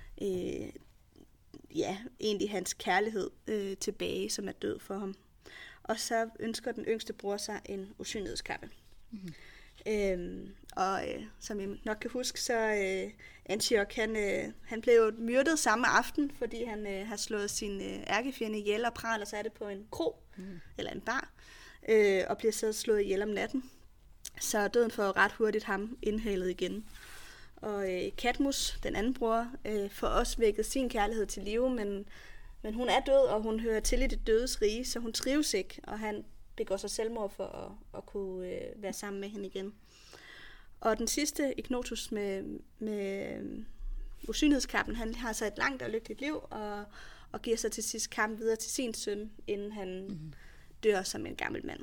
egentlig hans kærlighed tilbage, som er død for ham. Og så ønsker den yngste bror sig en usynlighedskappe. Mm-hmm. Som I nok kan huske, så Antioch, han blev jo myrdet samme aften, fordi han har slået sin ærkefjende ihjel og praler sig af det på en kro, eller en bar, og bliver så slået ihjel om natten. Så døden får ret hurtigt ham indhalet igen. Og Kadmus, den anden bror, får også vækket sin kærlighed til live, men hun er død, og hun hører til i det dødes rige, så hun trives ikke, og han begår sig selvmord for at kunne være sammen med hende igen. Og den sidste, Ignotus med usynlighedskappen, han har så et langt og lykkeligt liv, og giver sig til sidst kamp videre til sin søn, inden han dør som en gammel mand.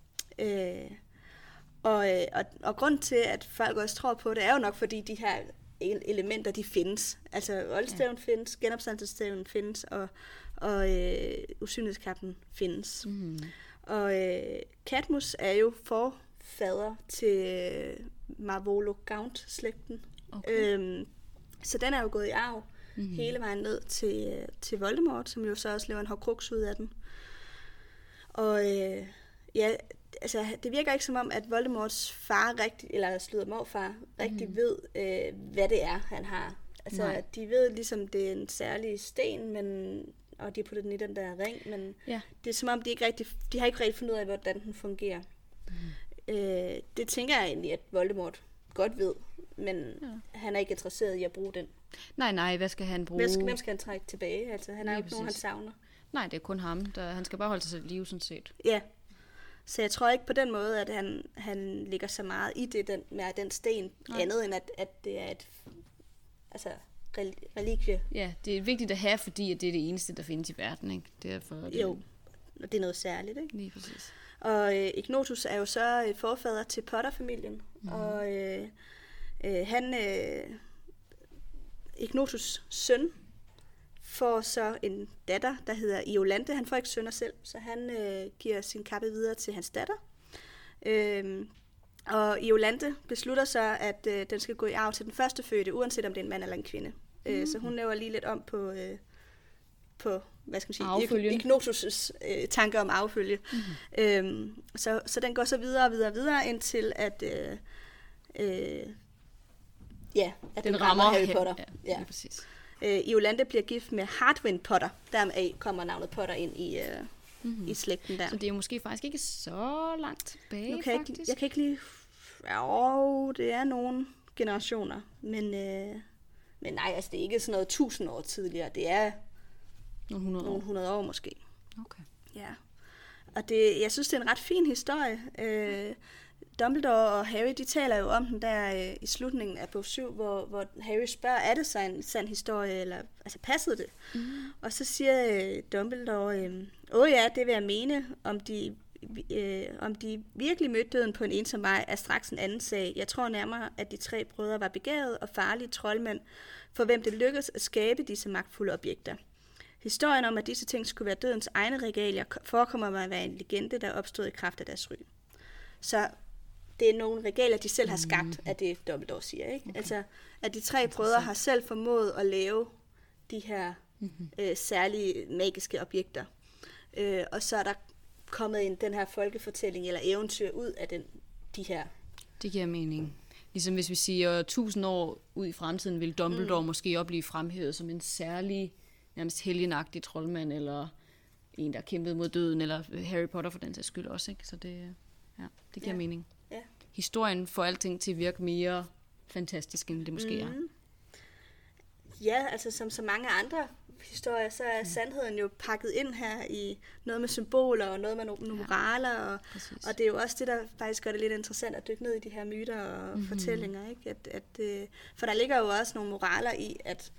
Og grund til, at folk også tror på det, er jo nok, fordi de her elementer, de findes. Altså, oldstævn findes, genopstandelsesstævnen findes, og usynlighedskappen findes. Mm. Og Kadmus er jo forfader til Marvolo-Gaunt-slægten. Okay. Så den er jo gået i arv hele vejen ned til Voldemort, som jo så også laver en Horcrux ud af den. Og altså, det virker ikke som om, at Voldemorts far morfar rigtig ved, hvad det er, han har. Altså, nej. De ved ligesom, det er en særlig sten, og de har puttet den i den der ring, men det er som om, de har ikke rigtig fundet ud af, hvordan den fungerer. Det tænker jeg egentlig, at Voldemort godt ved, men han er ikke interesseret i at bruge den. Nej, hvad skal han bruge? Hvem skal han trække tilbage? Altså, han er jo ikke nogen, han savner. Nej, det er kun ham. Han skal bare holde sig til liv, sådan set. Ja. Så jeg tror ikke på den måde, at han ligger så meget i det med den sten, andet end at det er et relikvie. Ja, det er vigtigt at have, fordi at det er det eneste, der findes i verden, ikke? Derfor er det... Jo, og det er noget særligt, ikke? Lige præcis. Og Ignotus er jo så forfader til Potter-familien, og Ignotus' søn får så en datter, der hedder Iolanthe. Han får ikke sønner selv, så han giver sin kappe videre til hans datter. Og Iolanthe beslutter så, at den skal gå i arv til den første fødte, uanset om det er en mand eller en kvinde. Så hun laver lige lidt om på hvad skal man sige, Ignotus' tanker om arvefølge. Så den går så videre, indtil at den rammer Harry Potter. Ja, præcis. Iolanthe bliver gift med Hardwin Potter. Dermed kommer navnet Potter ind i slægten der. Så det er måske faktisk ikke så langt tilbage, faktisk. Jeg kan ikke lige... det er nogle generationer. Men nej, altså det er ikke sådan noget 1000 år tidligere. Det er nogle 100 år måske. Okay. Ja. Og jeg synes, det er en ret fin historie. Dumbledore og Harry, de taler jo om den der i slutningen af bog 7, hvor Harry spørger, er det så en sand historie, eller altså passede det? Og så siger Dumbledore, det vil jeg mene, om de virkelig mødte døden på en ensom vej, er straks en anden sag. Jeg tror nærmere, at de 3 brødre var begavede og farlige troldmænd, for hvem det lykkedes at skabe disse magtfulde objekter. Historien om, at disse ting skulle være dødens egne regalier, forekommer mig at være en legende, der opstod i kraft af deres ryg. Så det er nogle regalier, de selv har skabt, af det Dumbledore siger, ikke? Okay. Altså, at de 3 brødre har selv formået at lave de her særlige magiske objekter. Og så er der kommet den her folkefortælling eller eventyr ud af de her. Det giver mening. Ligesom hvis vi siger 1000 år ud i fremtiden, vil Dumbledore måske blive fremhævet som en særlig, nærmest helgenagtig troldmand, eller en, der kæmpede mod døden, eller Harry Potter for den sags skyld også, ikke? Så det giver mening. Ja. Historien får alting til at virke mere fantastisk, end det måske er. Ja, altså som så mange andre historier, så er sandheden jo pakket ind her i noget med symboler og noget med numeraler, og det er jo også det, der faktisk gør det lidt interessant at dykke ned i de her myter og fortællinger, ikke? For der ligger jo også nogle moraler i,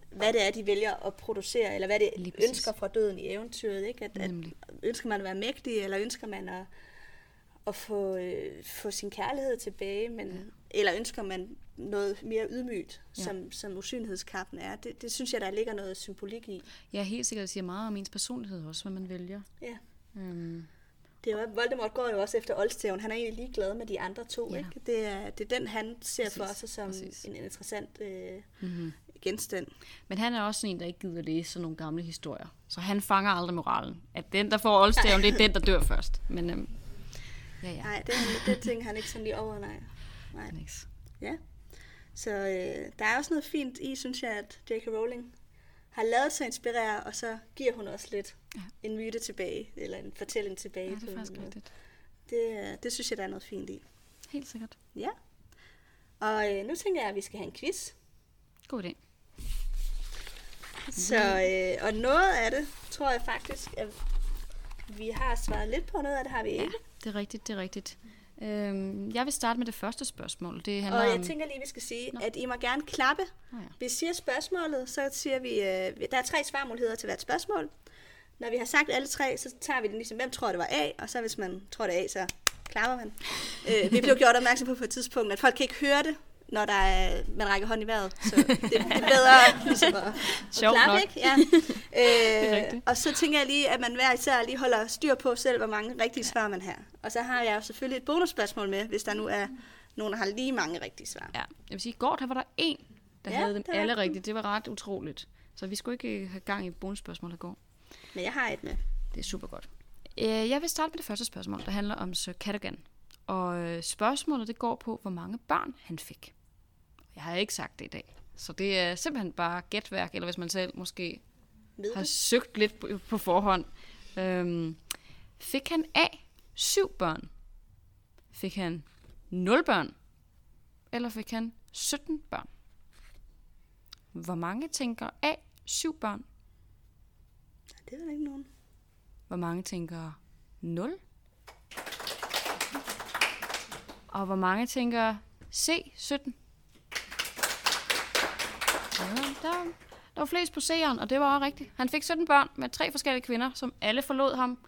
hvad det er, de vælger at producere, eller hvad det ønsker fra døden i eventyret. Ikke? At ønsker man at være mægtig, eller ønsker man at få sin kærlighed tilbage, eller ønsker man noget mere ydmygt, som usynlighedskappen er. Det synes jeg, der ligger noget symbolik i. Ja, helt sikkert. Det siger meget om ens personlighed også, hvad man vælger. Ja. Det er jo, Voldemort går jo også efter Oldstævn. Han er egentlig ligeglad med de andre to. Ja. Ikke? Det er den, han ser for sig som en interessant genstand. Men han er også en, der ikke gider læse sådan nogle gamle historier. Så han fanger aldrig moralen. At den, der får Oldstævn, det er den, der dør først. Men nej, det tænker han ikke sådan lige over, nej. Ja. Så der er også noget fint i, synes jeg, at J.K. Rowling har lavet sig inspirere, og så giver hun også lidt en myte tilbage, eller en fortælling tilbage. Ja, det er faktisk rigtigt. Det synes jeg, der er noget fint i. Helt sikkert. Ja. Og nu tænker jeg, at vi skal have en quiz. God idé. Så, og noget af det, tror jeg faktisk, at vi har svaret lidt på, noget af det har vi ikke. Ja, det er rigtigt. Jeg vil starte med det første spørgsmål. Det handler og jeg tænker lige, vi skal sige, at I må gerne klappe. Vi siger spørgsmålet, så siger vi, der er 3 svarmuligheder til hvert spørgsmål. Når vi har sagt alle 3, så tager vi det ligesom, hvem tror det var A, og så hvis man tror det er A, så klapper man. Vi blev gjort opmærksom på et tidspunkt, at folk kan ikke høre det, når man rækker hånden i vejret. Så det er bedre ligesom at klappe, ikke? Ja. Og så tænker jeg lige, at man hver især lige holder styr på selv, hvor mange rigtige svar man har. Og så har jeg jo selvfølgelig et bonusspørgsmål med, hvis der nu er nogen, der har lige mange rigtige svar. Ja, jeg vil sige, i går der var der en, der havde dem alle rigtigt. Det var ret utroligt. Så vi skulle ikke have gang i bonusspørgsmål i går. Men jeg har et med. Det er super godt. Jeg vil starte med det første spørgsmål, der handler om Sir Cadogan. Og spørgsmålet, det går på, hvor mange børn han fik. Jeg har ikke sagt det i dag. Så det er simpelthen bare gætværk, eller hvis man selv måske har søgt lidt på forhånd. Fik han A, 7 børn? Fik han 0 børn? Eller fik han 17 børn? Hvor mange tænker A, 7 børn? Det er der ikke nogen. Hvor mange tænker 0? Og hvor mange tænker C, 17? Ja, der var flest på C'eren, og det var også rigtigt. Han fik 17 børn med 3 forskellige kvinder, som alle forlod ham.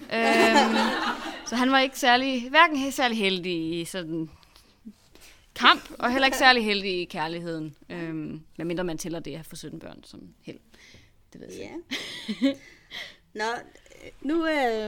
Så han var ikke hverken særlig heldig i sådan kamp, og heller ikke særlig heldig i kærligheden. Medmindre man tæller det at få 17 børn som held. Det ved jeg ikke. Nå, nu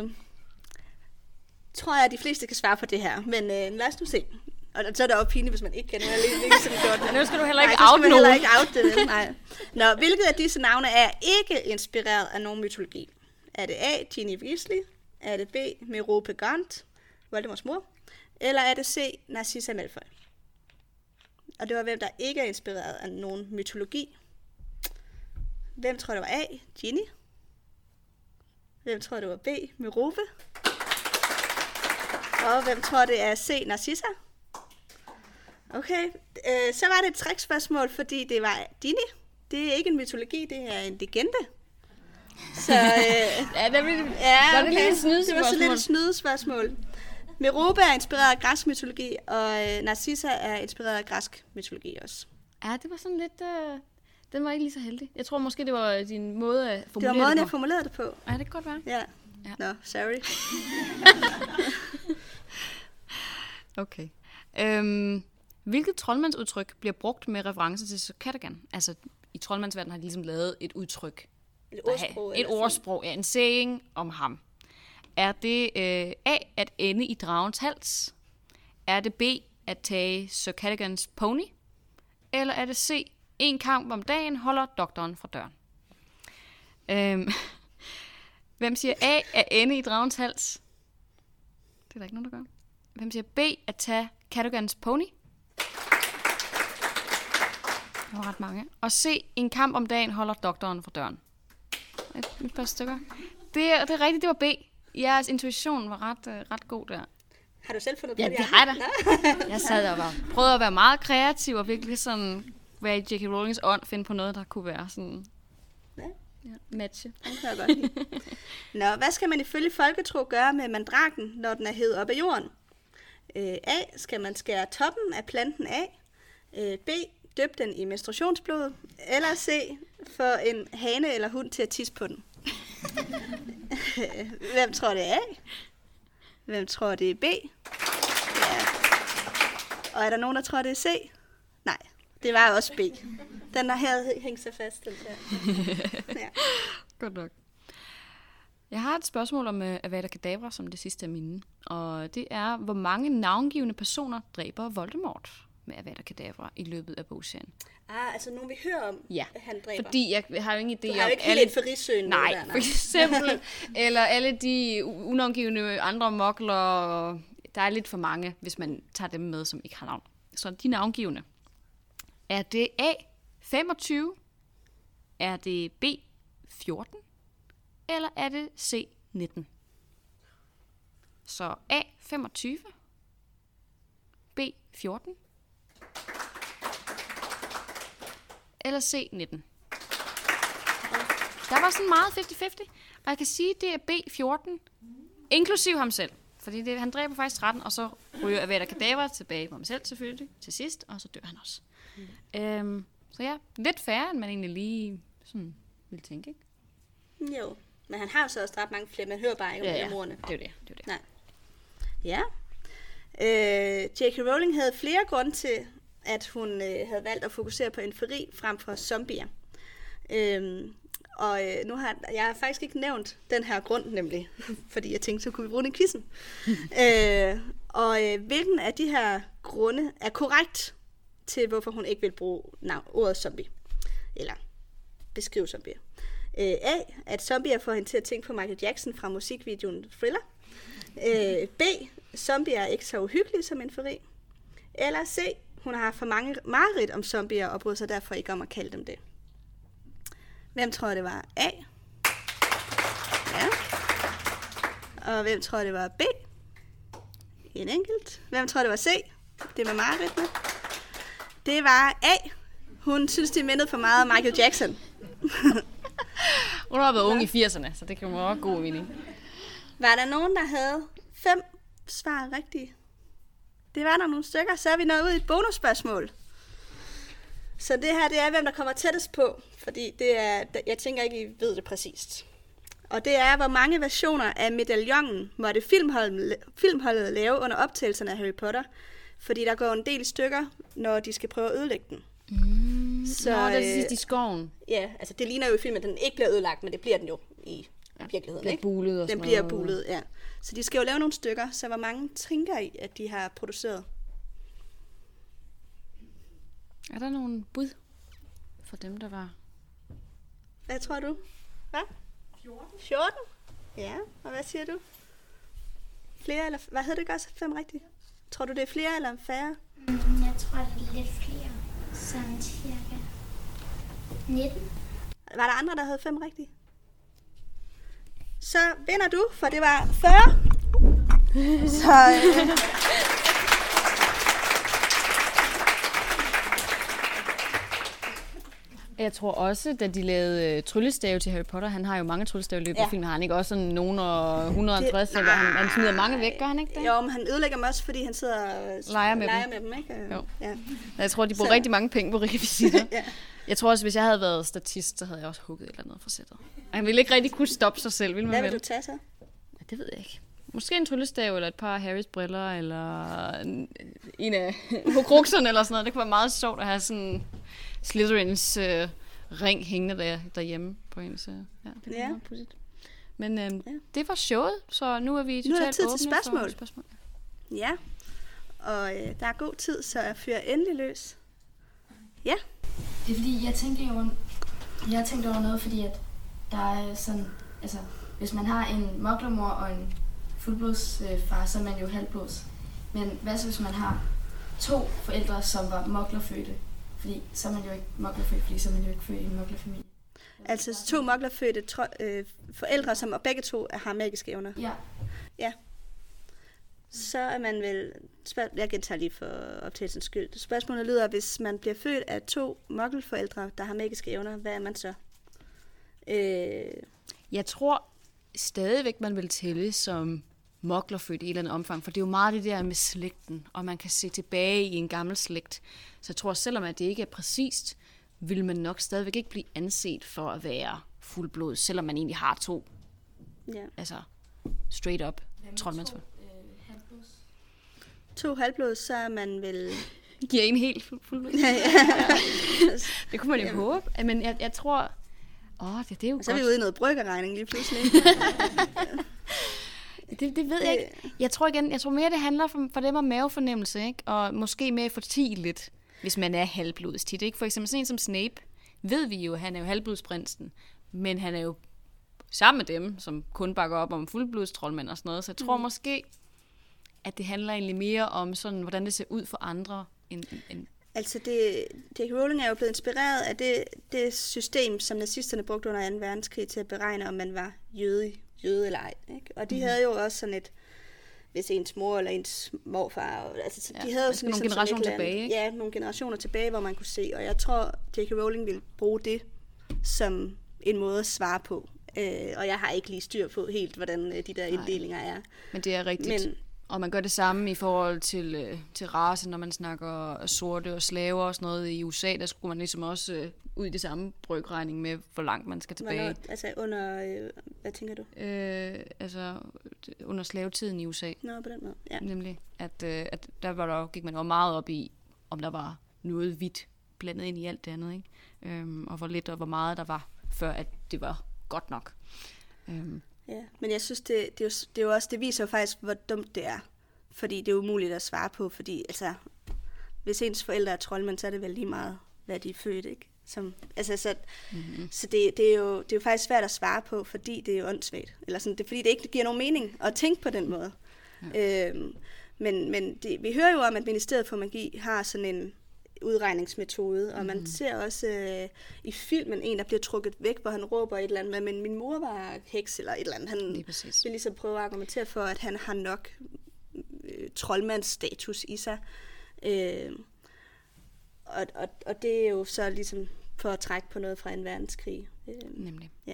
tror jeg, at de fleste kan svare på det her, men lad os nu se. Og så er det jo pinligt, hvis man ikke kan. Nu skal du heller ikke out nogen. Nej, ikke out det. Nej. Nå, hvilket af disse navne er ikke inspireret af nogen mytologi? Er det A, Ginny Weasley? Er det B, Merope Gaunt, Voldemorts mor? Eller er det C, Narcissa Malfoy? Og det var, hvem der ikke er inspireret af nogen mytologi. Hvem tror det var A, Ginny? Hvem tror det var B, Merope? Og hvem tror det er C, Narcissa? Okay, så var det et trickspørgsmål, fordi det var Ginny. Det er ikke en mytologi, det er en legende. Så, var det lidt et snydespørgsmål? Det var så lidt et snydespørgsmål. Merope er inspireret af græsk mytologi, og Narcissa er inspireret af græsk mytologi også. Ja, det var sådan lidt... Den var ikke lige så heldig. Jeg tror måske, det var din måde at formulere det på. Det var måden, jeg formulerede det på. Ja, det kan godt være. Ja. Nå, sorry. Okay. Hvilket troldmandsudtryk bliver brugt med reference til Sir Cadogan? Altså, i troldmandsverdenen har de ligesom lavet et udtryk. Et ordsprog, ja, en saying om ham. Er det A, at ende i dragens hals? Er det B, at tage Sir Cadogans pony? Eller er det C, en kamp om dagen holder doktoren fra døren? Hvem siger A, at ende i dragens hals? Det er der ikke nogen, der gør. Hvem siger B, at tage Cadogans pony? Der var ret mange. Og C, en kamp om dagen holder doktoren fra døren. Et par stykker. Det er rigtigt, det var B. Jeres intuition var ret god der. Har du selv fundet på det? Ja, det har jeg da. Jeg sad og prøvede at være meget kreativ og virkelig sådan være i J.K. Rowlings ånd, finde på noget, der kunne være sådan matche. Det kan jeg godt lide. Nå, hvad skal man ifølge folketro gøre med mandraken, når den er hævet op af jorden? A. Skal man skære toppen af planten af? B. døbe den i menstruationsblod, eller C, få en hane eller hund til at tisse på den. Hvem tror det er A? Hvem tror det er B? Ja. Og er der nogen, der tror det er C? Nej, det var også B. Den havde hængt sig fast, den der. Ja. Godt nok. Jeg har et spørgsmål om Avada Kedavra som det sidste af mine. Og det er, hvor mange navngivende personer dræber Voldemort med Avada Kedavra i løbet af bogserien? Altså nogen vi hører om, at han dræber. Fordi jeg har jo ingen idé om... Du har jo ikke helt et Farisøen. Nej, for eksempel. Eller alle de unavngivende andre mokler. Der er lidt for mange, hvis man tager dem med, som ikke har navn. Så de navngivende. Er det A, 25? Er det B, 14? Eller er det C, 19? Så A, 25. B, 14. Eller C, 19. Der var sådan meget 50-50. Og jeg kan sige, at det er B, 14. Inklusiv ham selv. Fordi han dræber faktisk 13, og så ryger Avada Kedavra tilbage på ham selv selvfølgelig til sidst, og så dør han også. Så ja, lidt færre, end man egentlig lige sådan ville tænke, ikke? Jo, men han har jo så også dræbt mange flere, man hører bare ikke om ordene. Det er jo det. Nej. Ja. J.K. Rowling havde flere grunde til, at hun havde valgt at fokusere på inferi frem for zombier. Nu har jeg faktisk ikke nævnt den her grund, nemlig, fordi jeg tænkte, så kunne vi bruge den i quizzen. Hvilken af de her grunde er korrekt til, hvorfor hun ikke vil bruge ordet zombie, eller beskrive zombier? A, at zombier får hende til at tænke på Michael Jackson fra musikvideoen Thriller. B, zombier er ikke så uhyggelige som inferi. Eller C, hun har for mange mareridt om zombier og bryder sig derfor ikke om at kalde dem det. Hvem tror det var A? Ja. Og hvem tror det var B? En enkelt. Hvem tror det var C? Det med mareridtene. Det var A. Hun synes, de mindede for meget om Michael Jackson. Hun har været ung i 80'erne, så det kan jo også god mening. Var der nogen, der havde 5 svar rigtige? Det var der nogle stykker, så er vi nået ud i et bonusspørgsmål. Så det her, det er, hvem der kommer tættest på, fordi det er, jeg tænker ikke, I ved det præcist. Og det er, hvor mange versioner af medaljongen måtte filmholdet lave under optagelserne af Harry Potter, fordi der går en del stykker, når de skal prøve at ødelægge den. Så det er sidst i skoven. Ja, altså det ligner jo i filmen, at den ikke bliver ødelagt, men det bliver den jo i virkeligheden. Bliver bulet og den bliver bulet, ja. Så de skal jo lave nogle stykker, så hvor mange tænker I, at de har produceret? Er der nogle bud for dem, der var? Hvad tror du? Hvad? 14? Ja, og hvad siger du? Flere eller... Hvad hedder det godt? 5 rigtigt? Tror du, det er flere eller færre? Jeg tror, det er lidt flere. Sådan cirka 19. Var der andre, der havde 5 rigtigt? Så vinder du, for det var 40. Så... Jeg tror også, da de lavede tryllestave til Harry Potter, han har jo mange tryllestave i løbet af filmen, har han ikke også sådan nogen 150, eller han smider mange væk, gør han ikke det? Jo, men han ødelægger dem også, fordi han sidder og leger med dem, ikke? Jo. Ja. Jeg tror, de bruger rigtig mange penge på rekvisitter. Ja. Jeg tror også, hvis jeg havde været statist, så havde jeg også hugget et eller andet fra sættet. Han ville ikke rigtig kunne stoppe sig selv, ville man Hvad vil du tage så? Ja, det ved jeg ikke. Måske en tryllestav, eller et par af Harrys briller, eller en af Horcruxerne, eller sådan noget. Det kunne være meget sjovt at have sådan Slytherins ring hængende derhjemme på ens. Ja, det kunne være meget pudsigt. Men det var showet, så nu er vi totalt åbne til spørgsmål. Ja, og der er god tid, så jeg fyrer endelig løs. Ja. Det er fordi, jeg tænkte over noget, fordi at der er sådan, altså, hvis man har en moklermor og en fuldblodsfar, så er man jo halvblods. Men hvad så, hvis man har 2 forældre, som var moklerfødte? Fordi så er man jo ikke moklerfødt, fordi så er man jo ikke født i en moklerfamilie. Altså 2 moklerfødte forældre, som begge 2 har magiske evner? Ja. Ja. Så er man vel... Jeg gentager lige for optagelsens skyld. Spørgsmålet lyder, hvis man bliver født af 2 mokkelforældre, der har magiske evner, hvad er man så? Jeg tror stadigvæk, man vil tælle som moklerfødt i et eller andet omfang, for det er jo meget det der med slægten, og man kan se tilbage i en gammel slægt. Så jeg tror, selvom at det ikke er præcist, vil man nok stadigvæk ikke blive anset for at være fuldblod, selvom man egentlig har 2. Ja. Altså, straight up troldmandsfolk. 2 halvblod, så er man vel... Giver en helt fuldblod. Ja. Det kunne man jo håbe. Men jeg tror... det er jo og så er godt. vi ude i noget bryggerregning lige pludselig. Det ved jeg ikke. Jeg tror mere, det handler for dem om mavefornemmelse, ikke? Og måske mere fortigeligt, hvis man er halvblods tit. Ikke? For eksempel sådan en som Snape, ved vi jo, han er jo halvblodsprinsen, men han er jo sammen med dem, som kun bakker op om fuldblodstrolmænd og sådan noget. Så jeg tror måske, at det handler egentlig mere om sådan, hvordan det ser ud for andre. Altså, J.K. Rowling er jo blevet inspireret af det system, som nazisterne brugte under 2. verdenskrig til at beregne, om man var jøde eller ej. Ikke? Og de havde jo også sådan et, hvis ens mor eller ens morfar, altså de havde jo sådan nogle generationer tilbage, ikke? Ja, nogle generationer tilbage, hvor man kunne se, og jeg tror, J.K. Rowling ville bruge det som en måde at svare på. Og jeg har ikke lige styr på helt, hvordan de der inddelinger er. Men det er rigtigt. Og man gør det samme i forhold til race, når man snakker sorte og slaver og sådan noget. I USA, der skulle man ligesom også ud i det samme brygregning med, hvor langt man skal tilbage. Altså under, hvad tænker du? Altså under slavetiden i USA. Nå, på den måde, ja. Nemlig, at der gik man jo meget op i, om der var noget hvidt blandet ind i alt det andet, ikke? Og hvor lidt og hvor meget der var, før at det var godt nok. Ja, men jeg synes, det viser jo faktisk, hvor dumt det er. Fordi det er umuligt at svare på, fordi altså, hvis ens forældre er troldmænd, så er det vel lige meget, hvad de er født, ikke? Så det er jo faktisk svært at svare på, fordi det er jo åndssvagt. Eller sådan, det er fordi, det ikke giver nogen mening at tænke på den måde. Ja. Men vi hører jo om, at Ministeriet for Magi har sådan en udregningsmetode, og man ser også i filmen en, der bliver trukket væk, hvor han råber et eller andet, men min mor var heks eller et eller andet. Han vil ligesom prøve at argumentere for, at han har nok troldmandsstatus i sig. Og det er jo så ligesom for at trække på noget fra 2. verdenskrig. Nemlig. Ja.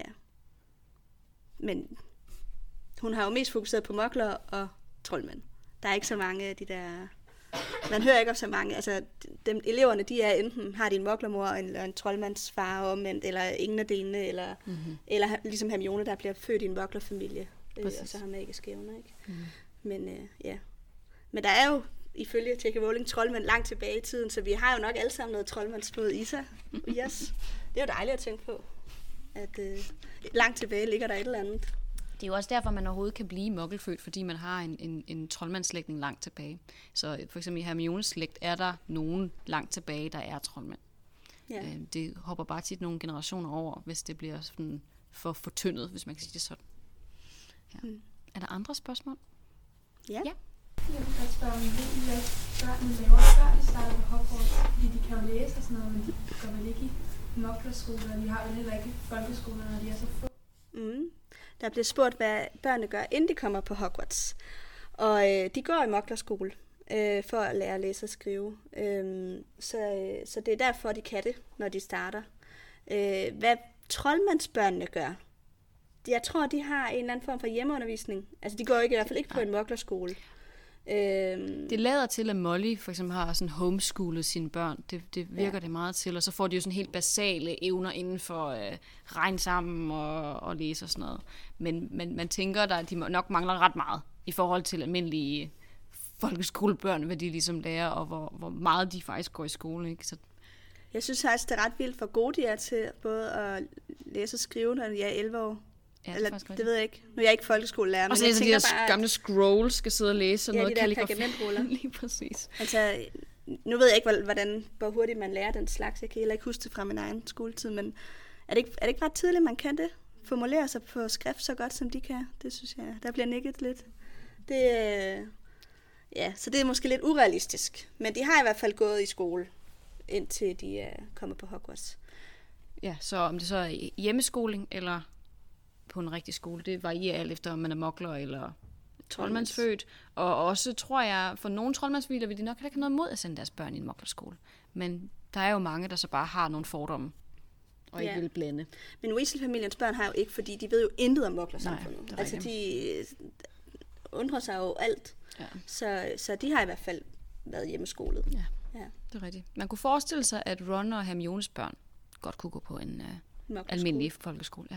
Men hun har jo mest fokuseret på mokler og troldmænd. Der er ikke så mange af de der... Man hører ikke om så mange. Altså, eleverne, de er enten har de en moklermor eller en troldmandsfar omvendt, eller ingen af delene, eller ligesom Hermione, der bliver født i en moklerfamilie, og så har magiske evner, ikke? Men Men der er jo ifølge J.K. Rowling troldmænd langt tilbage i tiden, så vi har jo nok alle sammen noget troldmandsblod i sig. Yes. Det er jo dejligt at tænke på, at langt tilbage ligger der et eller andet. Det er jo også derfor, man overhovedet kan blive mokkelfødt, fordi man har en troldmandsslægtning langt tilbage. Så for eksempel i Hermiones slægt er der nogen langt tilbage, der er troldmænd. Ja. Det hopper bare tit nogle generationer over, hvis det bliver sådan for fortyndet, hvis man kan sige det sådan. Ja. Er der andre spørgsmål? Ja. Jeg vil godt spørge, om hvad børnene laver før de starter på Hogwarts, fordi de kan jo læse og sådan noget, men de går vel ikke i moklerskoler, og de har vel heller ikke folkeskoler, når de er så få. Der bliver spurgt, hvad børnene gør, inden de kommer på Hogwarts. Og de går i moklerskole for at lære at læse og skrive. Så det er derfor, de kan det, når de starter. Hvad troldmandsbørnene gør, jeg tror, de har en eller anden form for hjemmeundervisning. Altså, de går ikke, i hvert fald ikke på en moklerskole. Det lader til, at Molly for eksempel har sådan homeschoolet sine børn. Det virker det meget til. Og så får de jo sådan helt basale evner inden for regne sammen og læse og sådan noget. Men man tænker, at de nok mangler ret meget i forhold til almindelige folkeskolebørn, hvad de ligesom lærer, og hvor meget de faktisk går i skole. Ikke? Så jeg synes faktisk, det er ret vildt, hvor gode de er til både at læse og skrive, når de er 11 år. Ja, eller, det ved jeg ikke. Nu er jeg ikke folkeskolelærer, og så læser de der gamle scrolls, skal sidde og læse. Og noget de der pergamentruller. Lige præcis. Altså, nu ved jeg ikke, hvor hurtigt man lærer den slags. Jeg kan heller ikke huske det fra min egen skoletid, men er det ikke ret tidligt, man kan det? Formulere sig på skrift så godt, som de kan. Det synes jeg, der bliver nikket lidt. Så det er måske lidt urealistisk. Men de har i hvert fald gået i skole, indtil de kommer på Hogwarts. Ja, så om det så er hjemmeskoling, eller på en rigtig skole, det varierer alt efter, om man er mokler eller troldmandsfødt. Og også, tror jeg, for nogle troldmandsfamilier vil de nok heller ikke have noget mod at sende deres børn i en moklerskole. Men der er jo mange, der så bare har nogle fordomme, og ikke vil blande. Men Weasley-familiens børn har jo ikke, fordi de ved jo intet om moklersamfundet. Altså undrer sig over alt. Ja. Så de har i hvert fald været hjemmeskolet. Ja, det er rigtigt. Man kunne forestille sig, at Ron og Hermiones børn godt kunne gå på en almindelig folkeskole.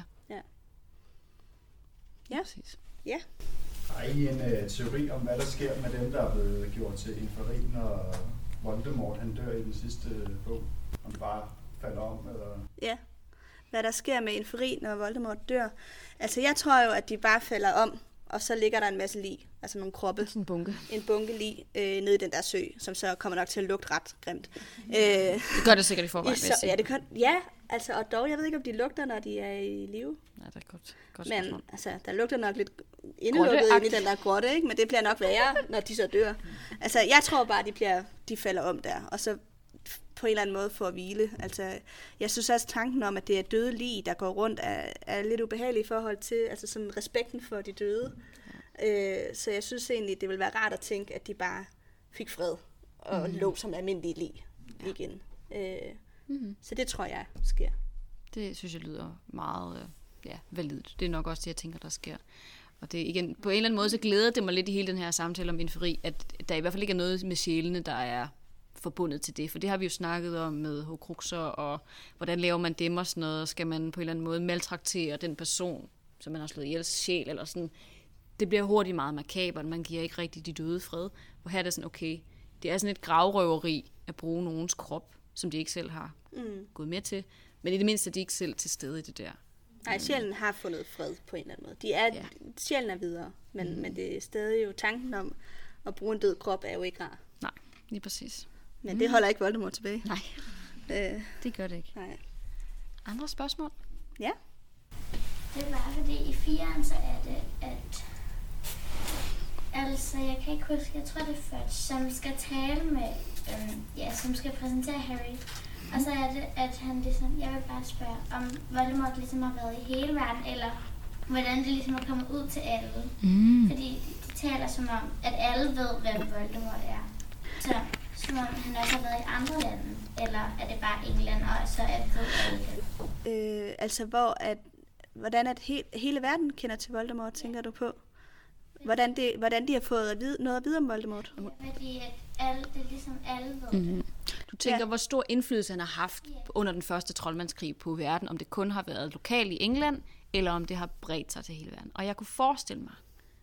Ja. Præcis. Ja. Har I en teori om, hvad der sker med dem, der er blevet gjort til Inferin, og Voldemort han dør i den sidste bog? Om det bare falder om? Eller? Ja. Hvad der sker med Inferin, når Voldemort dør. Altså, jeg tror jo, at de bare falder om, og så ligger der en masse lig, altså nogle kroppe. Sådan en bunke. En bunke lig nede i den der sø, som så kommer nok til at lugte ret grimt. Det gør det sikkert i forvejen, vil jeg sige. Ja, det kan, ja, altså, og dog, jeg ved ikke, om de lugter, når de er i live. Nej, det er godt Men spørgsmål. altså, der lugter nok lidt indelukket ind i den der grotte, ikke? Men det bliver nok værre, når de så dør. Altså, jeg tror bare, de falder om der, og så på en eller anden måde for at hvile. Altså, jeg synes også, tanken om, at det er døde lig, der går rundt, er lidt ubehagelig i forhold til altså sådan respekten for de døde. Så jeg synes egentlig, det ville være rart at tænke, at de bare fik fred og lå som almindelige lig igen. Så det tror jeg sker. Det synes jeg lyder meget validt. Det er nok også det, jeg tænker, der sker. Og det igen, på en eller anden måde, så glæder det mig lidt i hele den her samtale om inferi, at der i hvert fald ikke er noget med sjælene, der er forbundet til det. For det har vi jo snakket om med Horcruxer, og hvordan laver man dem og sådan noget. Skal man på en eller anden måde maltraktere den person, som man har slået ihjel sjæl, eller sådan. Det bliver hurtigt meget makabert, man giver ikke rigtig de døde fred. Og her er det sådan, okay, det er sådan et gravrøveri at bruge nogens krop, som de ikke selv har gået med til. Men i det mindste er de ikke selv til stede i det der. Nej, sjælen har fundet fred på en eller anden måde. Sjælen er videre, men det er stadig jo tanken om at bruge en død krop er jo ikke rar. Nej, lige præcis. Men det holder ikke Voldemort tilbage. Nej, det gør det ikke. Nej. Andre spørgsmål? Ja. Det er bare fordi i 4'eren, så er det, at altså, jeg kan ikke huske, jeg tror det er Fudge, som skal tale med, som skal præsentere Harry. Og så er det, at han ligesom, jeg vil bare spørge, om Voldemort ligesom har været i hele verden, eller hvordan det ligesom er kommet ud til alle. Fordi de taler som om, at alle ved, hvem Voldemort er. Så som om han også har været i andre lande, eller er det bare England, og så er det alle det? Altså, hvordan at hele verden kender til Voldemort, tænker du på? Hvordan de har fået noget at vide om Voldemort? Fordi at det er ligesom alle ved. Du tænker, hvor stor indflydelse han har haft under den første troldmandskrig på verden, om det kun har været lokalt i England, eller om det har bredt sig til hele verden. Og jeg kunne forestille mig,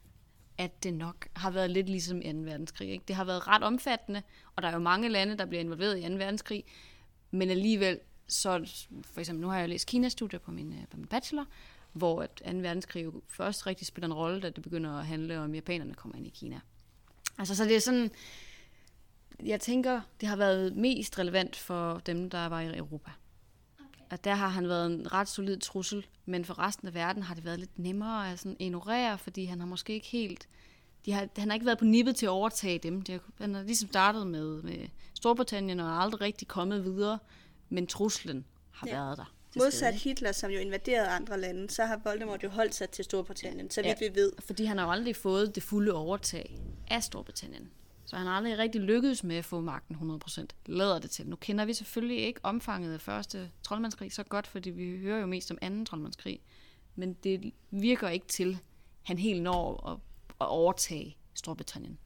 at det nok har været lidt ligesom i 2. verdenskrig. Ikke? Det har været ret omfattende, og der er jo mange lande, der bliver involveret i 2. verdenskrig, men alligevel, så for eksempel, nu har jeg læst Kina-studier på min bachelor, hvor at 2. verdenskrig jo først rigtig spiller en rolle, da det begynder at handle om, japanerne kommer ind i Kina. Altså, så det er sådan, jeg tænker, det har været mest relevant for dem, der var i Europa. Okay. At der har han været en ret solid trussel, men for resten af verden har det været lidt nemmere at sådan ignorere, fordi han har måske ikke helt, han har ikke været på nippet til at overtage dem. Han har ligesom startet med Storbritannien og er aldrig rigtig kommet videre, men truslen har været der. Modsat Hitler, som jo invaderede andre lande, så har Voldemort jo holdt sig til Storbritannien, så vidt vi ved. Fordi han har jo aldrig fået det fulde overtag af Storbritannien. Så han har aldrig rigtig lykkedes med at få magten 100%. Lader det til. Nu kender vi selvfølgelig ikke omfanget af første troldmandskrig så godt, fordi vi hører jo mest om anden troldmandskrig. Men det virker ikke til, han helt når at overtage Storbritannien.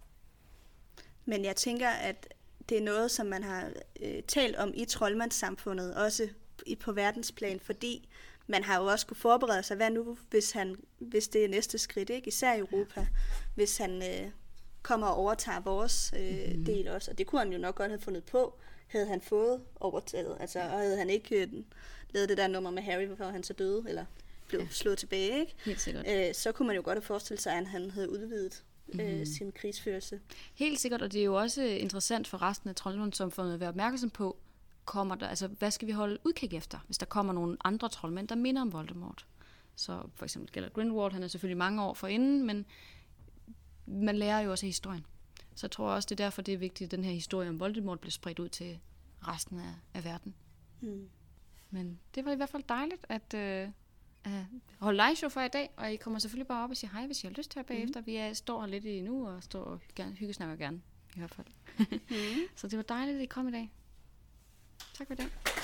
Men jeg tænker, at det er noget, som man har talt om i troldmandssamfundet, også på verdensplan, fordi man har jo også kunne forberede sig, hvad nu, hvis det er næste skridt, ikke? Især i Europa, hvis han kommer og overtager vores del også. Og det kunne han jo nok godt have fundet på, havde han fået overtaget. Altså, og havde han ikke lavet det der nummer med Harry, hvorfor han så døde, eller blev slået tilbage, ikke? Helt sikkert. Så kunne man jo godt have forestillet sig, at han havde udvidet sin krigsførelse. Helt sikkert, og det er jo også interessant for resten af troldmandssamfundet at være opmærksom på, kommer der, altså hvad skal vi holde udkig efter, hvis der kommer nogle andre troldmænd, der minder om Voldemort. Så for eksempel gælder Grindelwald, han er selvfølgelig mange år forinden, men man lærer jo også af historien. Så jeg tror også, det er derfor, det er vigtigt, at den her historie om Voldemort bliver spredt ud til resten af verden. Men det var i hvert fald dejligt at holde live-show for i dag, og I kommer selvfølgelig bare op og siger hej, hvis I har lyst til at bagefter. Vi står her lidt endnu og står og hyggesnakker gerne, i hvert fald. Så det var dejligt, at I kom i dag. Tak for det.